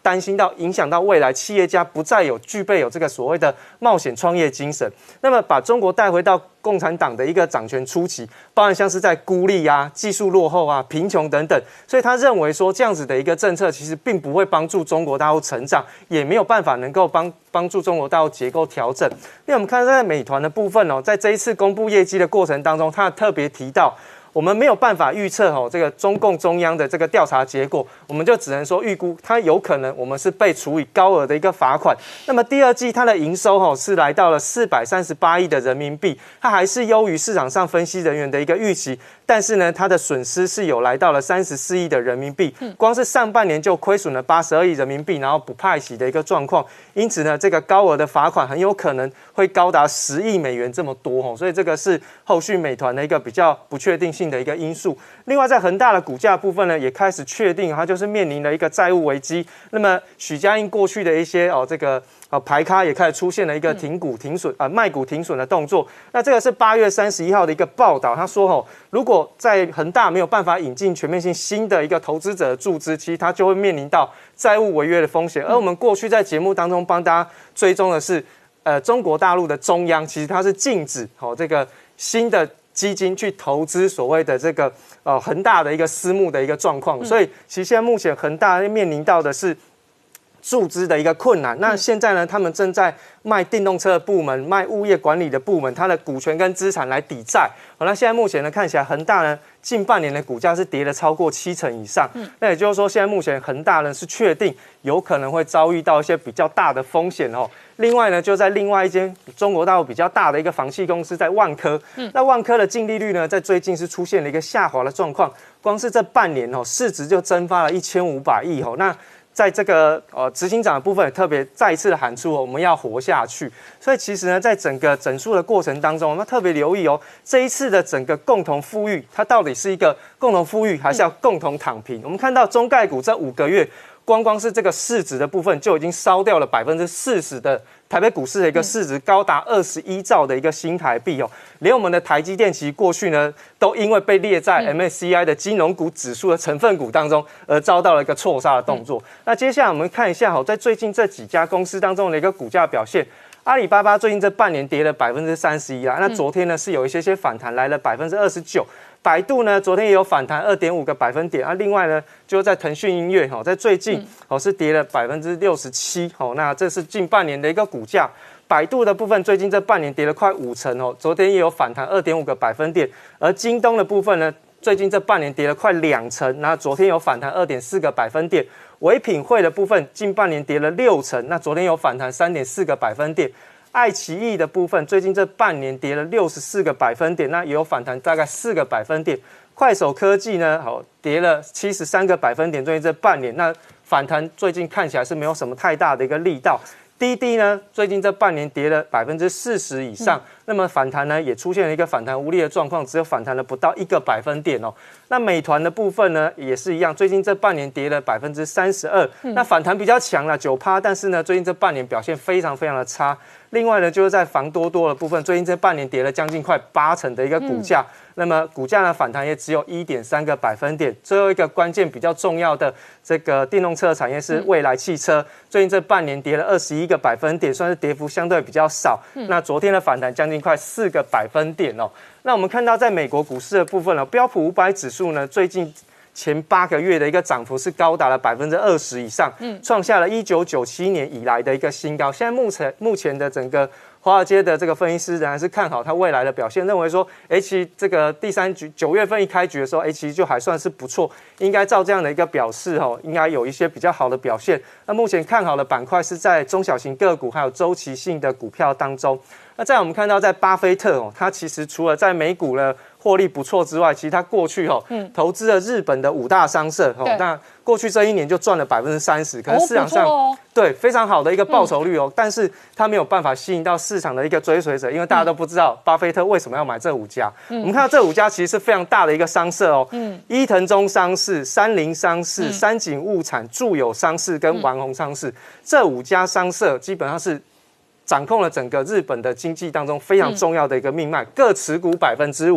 担心到影响到未来企业家不再有具备有这个所谓的冒险创业精神，那么把中国带回到共产党的一个掌权初期，包含像是在孤立啊、技术落后啊、贫穷等等，所以他认为说这样子的一个政策其实并不会帮助中国大陆成长，也没有办法能够帮帮助中国大陆结构调整。因为我们看到在美团的部分哦，在这一次公布业绩的过程当中，他特别提到，我们没有办法预测哦，这个中共中央的这个调查结果，我们就只能说预估它有可能我们是被处以高额的一个罚款。那么第二季它的营收哦是来到了四百三十八亿的人民币，它还是优于市场上分析人员的一个预期，但是呢，它的损失是有来到了三十四亿的人民币，光是上半年就亏损了八十二亿人民币，然后不派息的一个状况。因此呢，这个高额的罚款很有可能会高达十亿美元这么多哦，所以这个是后续美团的一个比较不确定性的一个因素。另外，在恒大的股价部分呢，也开始确定它就是面临了一个债务危机。那么许家印过去的一些哦这个呃牌咖也开始出现了一个停股停损啊、呃、卖股停损的动作。那这个是八月三十一号的一个报道，他说哦，如果在恒大没有办法引进全面性新的一个投资者的注资，其实它就会面临到债务违约的风险。而我们过去在节目当中帮大家追踪的是，呃，中国大陆的中央其实它是禁止哦这个新的基金去投资所谓的这个呃恒大的一个私募的一个状况，所以其实现在目前恒大面临到的是注资的一个困难。那现在呢，他们正在卖电动车的部门、卖物业管理的部门，它的股权跟资产来抵债。好，那现在目前呢，看起来恒大呢近半年的股价是跌了超过七成以上。嗯、那也就是说，现在目前恒大呢是确定有可能会遭遇到一些比较大的风险哦。另外呢，就在另外一间中国大陆比较大的一个房企公司，在万科。嗯、那万科的净利率呢，在最近是出现了一个下滑的状况，光是这半年哦，市值就蒸发了一千五百亿哦。那在这个呃执行长的部分也特别再一次的喊出、哦、我们要活下去，所以其实呢，在整个整数的过程当中，我们要特别留意哦，这一次的整个共同富裕，它到底是一个共同富裕，还是要共同躺平？嗯、我们看到中概股这五个月，光光是这个市值的部分就已经烧掉了百分之四十的台北股市的一个市值，高达二十一兆的一个新台币哦。连我们的台积电，其实过去呢，都因为被列在 M S C I 的金融股指数的成分股当中，而遭到了一个错杀的动作。嗯、那接下来我们看一下哈，在最近这几家公司当中的一个股价表现。阿里巴巴最近这半年跌了百分之三十一啊，那昨天呢是有一些些反弹，来了百分之二十九。百度呢，昨天也有反弹二点五个百分点啊。另外呢，就在腾讯音乐哈，在最近哦是跌了百分之六十七哦。那这是近半年的一个股价。百度的部分最近这半年跌了快五成哦，昨天也有反弹二点五个百分点。而京东的部分呢，最近这半年跌了快两成，那昨天有反弹二点四个百分点。唯品会的部分近半年跌了六成，那昨天有反弹三点四个百分点。爱奇艺的部分最近这半年跌了六十四个百分点，那也有反弹大概四个百分点。快手科技呢，好跌了七十三个百分点，最近这半年那反弹最近看起来是没有什么太大的一个力道。滴滴呢，最近这半年跌了百分之四十以上，嗯、那么反弹呢也出现了一个反弹无力的状况，只有反弹了不到一个百分点哦。那美团的部分呢也是一样，最近这半年跌了百分之三十二，那反弹比较强了九趴，但是呢最近这半年表现非常非常的差。另外呢，就是在房多多的部分，最近这半年跌了将近快八成的一个股价，嗯、那么股价呢反弹也只有一点三个百分点。最后一个关键比较重要的这个电动车产业是蔚来汽车，嗯、最近这半年跌了二十一个百分点，算是跌幅相对比较少。嗯、那昨天的反弹将近快四个百分点哦。那我们看到在美国股市的部分呢，标普五百指数呢最近前八个月的一个涨幅是高达了百分之二十以上，嗯，创下了一九九七年以来的一个新高。现在目前目前的整个华尔街的这个分析师仍然是看好它未来的表现，认为说，哎，其实这个第三局九月份一开局的时候，哎，其实就还算是不错，应该照这样的一个表示哦，应该有一些比较好的表现。那目前看好的板块是在中小型个股还有周期性的股票当中。那再我们看到，在巴菲特哦，他其实除了在美股呢获利不错之外，其实他过去哦，嗯、投资了日本的五大商社哦，那过去这一年就赚了百分之三十，可是市场上、哦哦、对非常好的一个报酬率哦，嗯、但是他没有办法吸引到市场的一个追随者，因为大家都不知道巴菲特为什么要买这五家。嗯、我们看到这五家其实是非常大的一个商社哦，嗯、伊藤忠商事、三菱商事、嗯、三井物产、住友商事跟丸红商事、嗯、这五家商社基本上是掌控了整个日本的经济当中非常重要的一个命脉，嗯、各持股百分之五。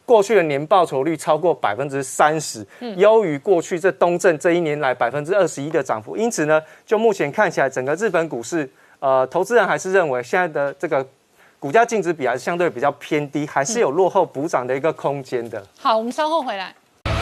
过去的年报酬率超过百分之三十，优于过去这东证这一年来百分之二十一的涨幅。因此呢，就目前看起来，整个日本股市，呃，投资人还是认为现在的这个股价净值比还是相对比较偏低，还是有落后补涨的一个空间的。 好，我们稍后回来。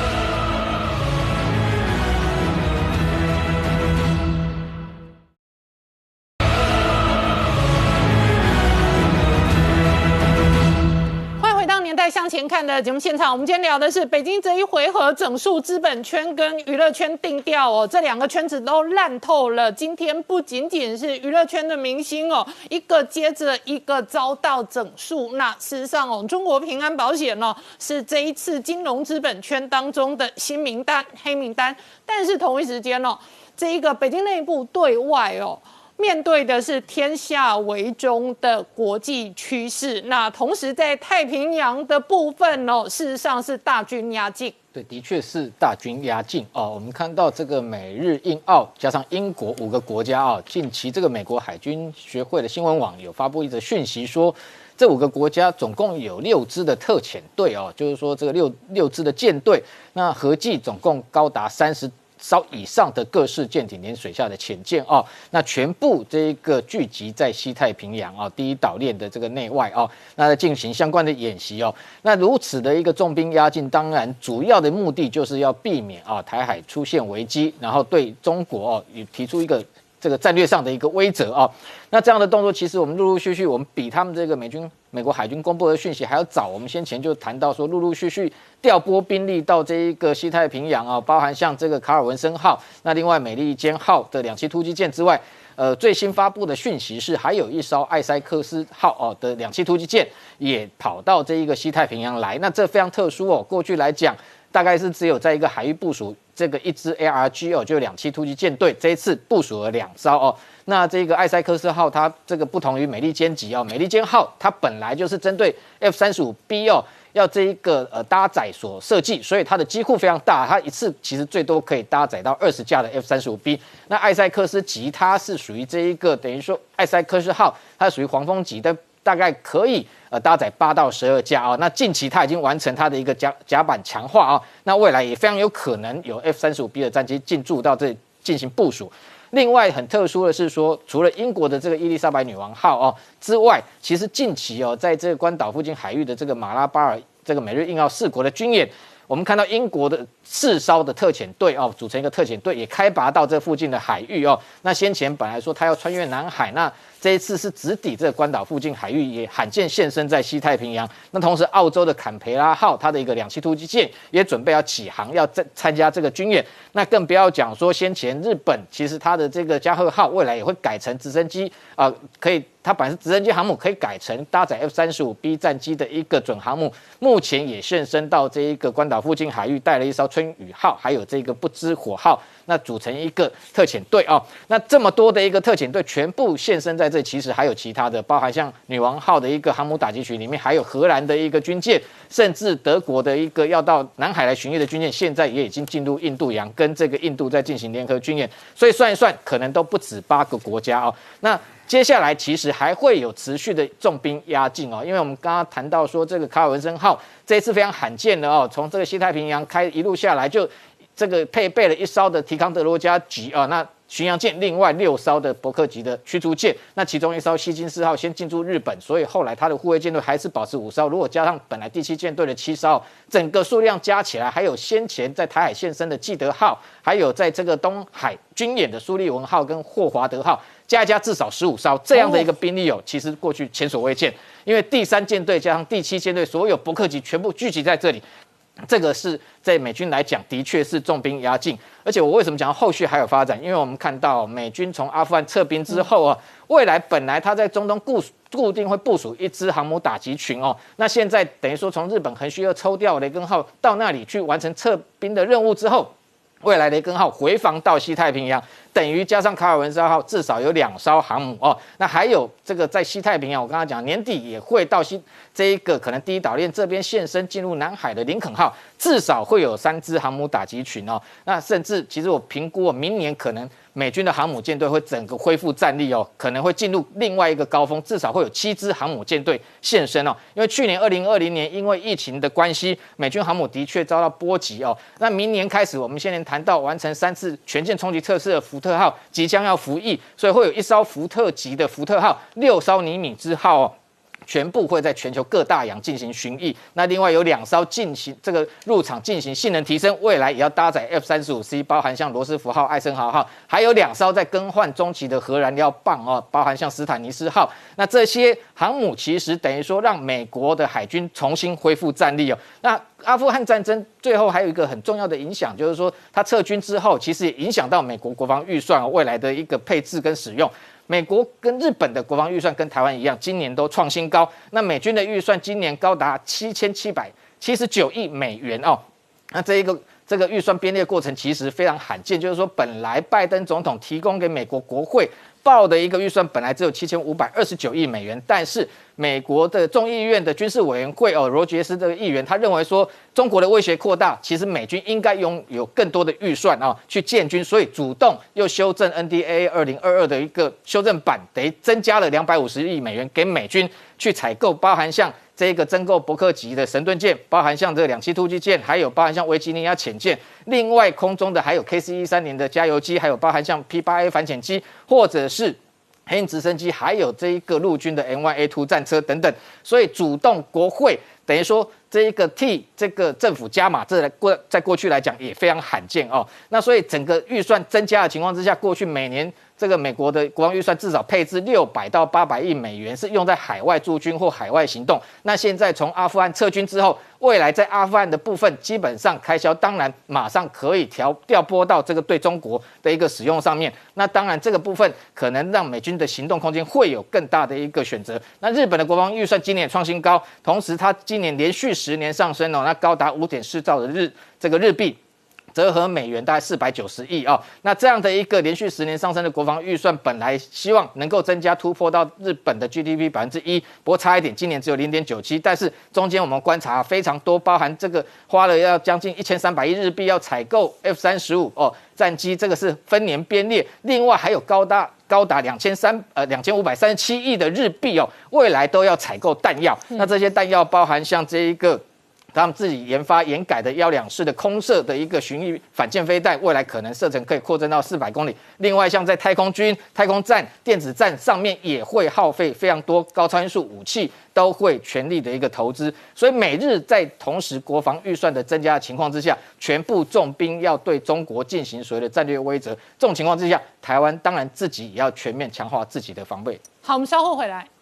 年代向前看的节目现场，我们今天聊的是北京这一回合整数资本圈跟娱乐圈定调哦，这两个圈子都烂透了。今天不仅仅是娱乐圈的明星哦，一个接着一个遭到整数。那事实上哦，中国平安保险哦是这一次金融资本圈当中的新名单、黑名单，但是同一时间哦，这一个北京内部对外哦。面对的是天下为中的国际趋势，那同时在太平洋的部分哦，事实上是大军压境。 对，的确是大军压境哦。我们看到这个美日印澳加上英国五个国家啊，近期这个美国海军学会的新闻网有发布一则讯息说，这五个国家总共有六支的特遣队哦，就是说这个六六支的舰队，那合计总共高达三十。艘以上的各式舰艇连水下的潜舰哦，那全部这一个聚集在西太平洋哦，第一岛链的这个内外哦，那在进行相关的演习哦。那如此的一个重兵压境，当然主要的目的就是要避免啊台海出现危机，然后对中国哦也提出一个这个战略上的一个威慑哦。那这样的动作，其实我们陆陆续续，我们比他们这个美军。美国海军公布的讯息还要早，我们先前就谈到说，陆陆续续调拨兵力到这一个西太平洋啊，包含像这个卡尔文森号，那另外美利坚号的两栖突击舰之外，呃，最新发布的讯息是，还有一艘艾塞克斯号哦的两栖突击舰也跑到这一个西太平洋来，那这非常特殊哦，过去来讲。大概是只有在一个海域部署这个一支 A R G 哦，就两栖突击舰队，这一次部署了两艘哦。那这个艾塞克斯号它这个不同于美利坚级哦，美利坚号它本来就是针对 F 三十五 B 哦，要这一个呃搭载所设计，所以它的机库非常大，它一次其实最多可以搭载到二十架的 F 三十五 B。那艾塞克斯级它是属于这一个等于说艾塞克斯号它属于黄蜂级的。大概可以呃搭载八到十二架啊、哦，那近期它已经完成它的一个甲甲板强化啊、哦，那未来也非常有可能有 F 三十五 B 的战机进驻到这进行部署。另外很特殊的是说，除了英国的这个伊丽莎白女王号哦之外，其实近期哦在这个关岛附近海域的这个马拉巴尔这个美日印澳四国的军演。我们看到英国的四艘的特遣队哦，组成一个特遣队，也开拔到这附近的海域哦。那先前本来说他要穿越南海，那这一次是直抵这个关岛附近海域，也罕见现身在西太平洋。那同时，澳洲的坎培拉号，它的一个两栖突击舰也准备要起航，要参参加这个军演。那更不要讲说，先前日本其实它的这个加贺号未来也会改成直升机啊、呃，可以。它本来是直升机航母，可以改成搭载 F 三十五 B 战机的一个准航母，目前也现身到这一个关岛附近海域，带了一艘春雨号，还有这个不知火号，那组成一个特遣队哦。那这么多的一个特遣队全部现身在这，其实还有其他的，包含像女王号的一个航母打击群，里面还有荷兰的一个军舰，甚至德国的一个要到南海来巡阅的军舰，现在也已经进入印度洋，跟这个印度在进行联合军演，所以算一算，可能都不止八个国家哦。那接下来其实还会有持续的重兵压境哦，因为我们刚刚谈到说这个卡尔文森号这一次非常罕见的哦，从这个西太平洋开一路下来，就这个配备了一艘的提康德罗加级啊，那巡洋舰另外六艘的伯克级的驱逐舰，那其中一艘西金斯号先进驻日本，所以后来它的护卫舰队还是保持五艘，如果加上本来第七舰队的七艘，整个数量加起来，还有先前在台海现身的基德号，还有在这个东海军演的苏利文号跟霍华德号。加一加至少十五艘这样的一个兵力哦，其实过去前所未见。因为第三舰队加上第七舰队所有伯克级全部聚集在这里，这个是在美军来讲的确是重兵压境。而且我为什么讲后续还有发展？因为我们看到美军从阿富汗撤兵之后啊，未来本来他在中东固固定会部署一支航母打击群哦，那现在等于说从日本横须贺抽调雷根号到那里去完成撤兵的任务之后。未来雷根号回防到西太平洋， 等于加上卡尔文森号，至少有两艘航母哦。那还有这个在西太平洋，我刚刚讲年底也会到西这一个可能第一岛链这边现身进入南海的林肯号，至少会有三支航母打击群哦。那甚至其实我评估，明年可能美军的航母舰队会整个恢复战力哦，可能会进入另外一个高峰，至少会有七支航母舰队现身哦。因为去年二零二零年因为疫情的关系，美军航母的确遭到波及哦。那明年开始，我们先前谈到完成三次全舰冲击测试的福特号即将要服役，所以会有一艘福特级的福特号，六艘尼米兹号哦。全部会在全球各大洋进行巡弋。那另外有两艘进行这个入场进行性能提升，未来也要搭载 F 三十五 C， 包含像罗斯福号、艾森豪号，还有两艘在更换中期的核燃料棒哦，包含像斯坦尼斯号。那这些航母其实等于说让美国的海军重新恢复战力哦。那阿富汗战争最后还有一个很重要的影响，就是说它撤军之后，其实也影响到美国国防预算哦未来的一个配置跟使用。美国跟日本的国防预算跟台湾一样，今年都创新高。那美军的预算今年高达七千七百七十九亿美元哦。那这一个这个预算编列过程其实非常罕见，就是说本来拜登总统提供给美国国会报的一个预算本来只有七千五百二十九亿美元，但是美国的众议院的军事委员会哦，罗杰斯这个议员他认为说中国的威胁扩大，其实美军应该拥有更多的预算啊、哦、去建军，所以主动又修正 N D A A 二零二二的一个修正版，等于增加了两百五十亿美元给美军去采购，包含像这个增购伯克级的神盾舰，包含像这个两栖突击舰，还有包含像维吉尼亚潜舰，另外空中的还有 K C 一三零的加油机，还有包含像 P 八 A 反潜机，或者是黑鹰直升机，还有这一个陆军的 M 一 A 二 战车等等，所以主动国会等于说这一个替这个政府加码，这来过在过去来讲也非常罕见哦。那所以整个预算增加的情况之下，过去每年这个美国的国防预算至少配置六百到八百亿美元是用在海外驻军或海外行动。那现在从阿富汗撤军之后，未来在阿富汗的部分基本上开销当然马上可以调调拨到这个对中国的一个使用上面。那当然这个部分可能让美军的行动空间会有更大的一个选择。那日本的国防预算今年也创新高，同时它今年连续十年上升哦，那高达五点四兆的日这个日币。折合美元大概四百九十亿啊，那这样的一个连续十年上升的国防预算，本来希望能够增加突破到日本的 G D P 百分之一，不过差一点，今年只有零点九七。但是中间我们观察非常多，包含这个花了要将近一千三百亿日币要采购 F 三十五哦战机，这个是分年编列，另外还有高达高达两千三呃两千五百三十七亿的日币哦，未来都要采购弹药。那这些弹药包含像这一个。他们自己研发研改的幺两式的空射的一个巡弋反舰飞弹，未来可能射程可以扩增到四百公里。另外，像在太空军、太空站、电子战上面也会耗费非常多高超音速武器，都会全力的一个投资。所以，美日在同时国防预算的增加的情况之下，全部重兵要对中国进行所谓的战略威慑。这种情况之下，台湾当然自己也要全面强化自己的防备。 好，我们稍后回来。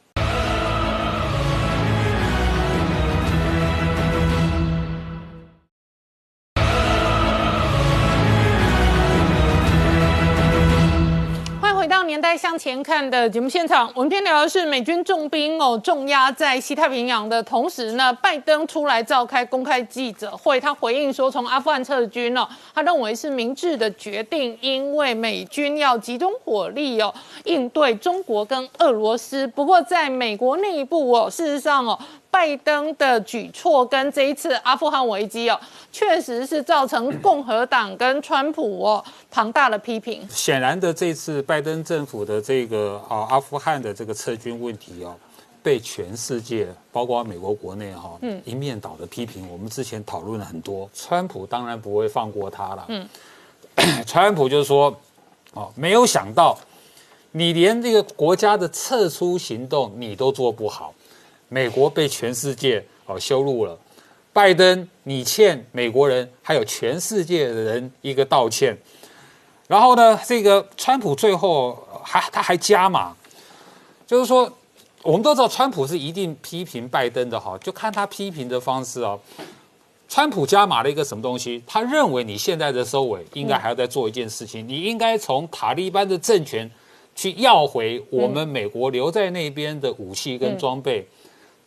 回到年代向前看的节目现场，我们今天聊的是美军重兵哦重压在西太平洋的同时呢，拜登出来召开公开记者会，他回应说，从阿富汗撤军哦，他认为是明智的决定，因为美军要集中火力哦应对中国跟俄罗斯。不过在美国内部哦，事实上哦。拜登的举措跟这一次阿富汗危机哦，确实是造成共和党跟川普哦庞大的批评。 显然的，这次拜登政府的这个啊阿富汗的这个撤军问题哦，被全世界包括美国国内哈、嗯、一面倒的批评。我们之前讨论了很多，川普当然不会放过他了。嗯，川普就说哦，没有想到你连这个国家的撤出行动你都做不好。美国被全世界哦羞辱了，拜登你欠美国人还有全世界的人一个道歉。然后呢，这个川普最后还他还加码，就是说我们都知道川普是一定批评拜登的哈，就看他批评的方式哦。川普加码了一个什么东西？他认为你现在的收尾应该还要再做一件事情，你应该从塔利班的政权去要回我们美国留在那边的武器跟装备。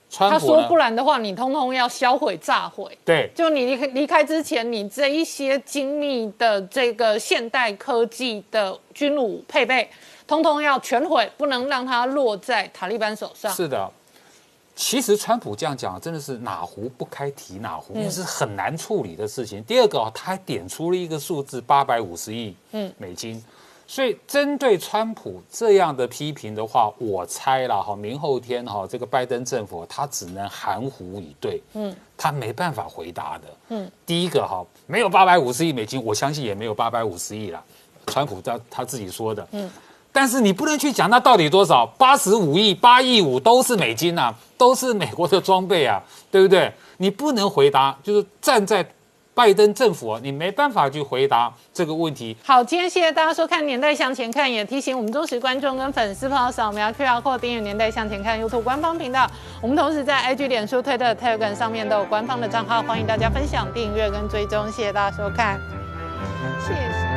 他川普呢说不然的话，你通通要销毁、炸毁。 对， 就你离离开之前，你这一些精密的这个现代科技的军武配备，通通要全毁，不能让它落在塔利班手上。 是的。其实川普这样讲真的是哪壶不开提哪壶，因为是很难处理的事情。第二个哦，他还点出了一个数字八百五十亿美金。所以，针对川普这样的批评的话，我猜了哈，明后天哈，这个拜登政府他只能含糊以对，嗯，他没办法回答的，嗯，第一个哈，没有八百五十亿美金，我相信也没有八百五十亿啦，川普他他自己说的，嗯，但是你不能去讲那到底多少，八十五亿、八亿五都是美金啊，都是美国的装备啊，对不对？你不能回答，就是站在拜登政府，你没办法去回答这个问题。 好，今天谢谢大家收看《年代向前看》，也提醒我们忠实观众跟粉丝朋友扫描 Q R code 订阅《年代向前看》YouTube 官方频道。我们同时在 I G、脸书、推特、Telegram 上面都有官方的账号，欢迎大家分享、订阅跟追踪。谢谢大家收看，谢谢。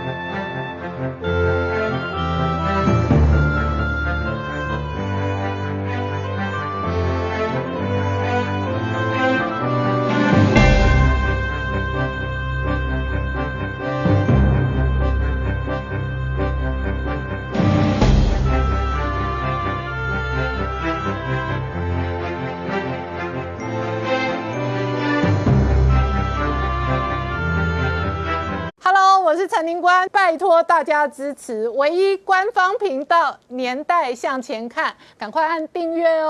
我是陈宁官，拜托大家支持唯一官方频道《年代向前看》，赶快按订阅哦。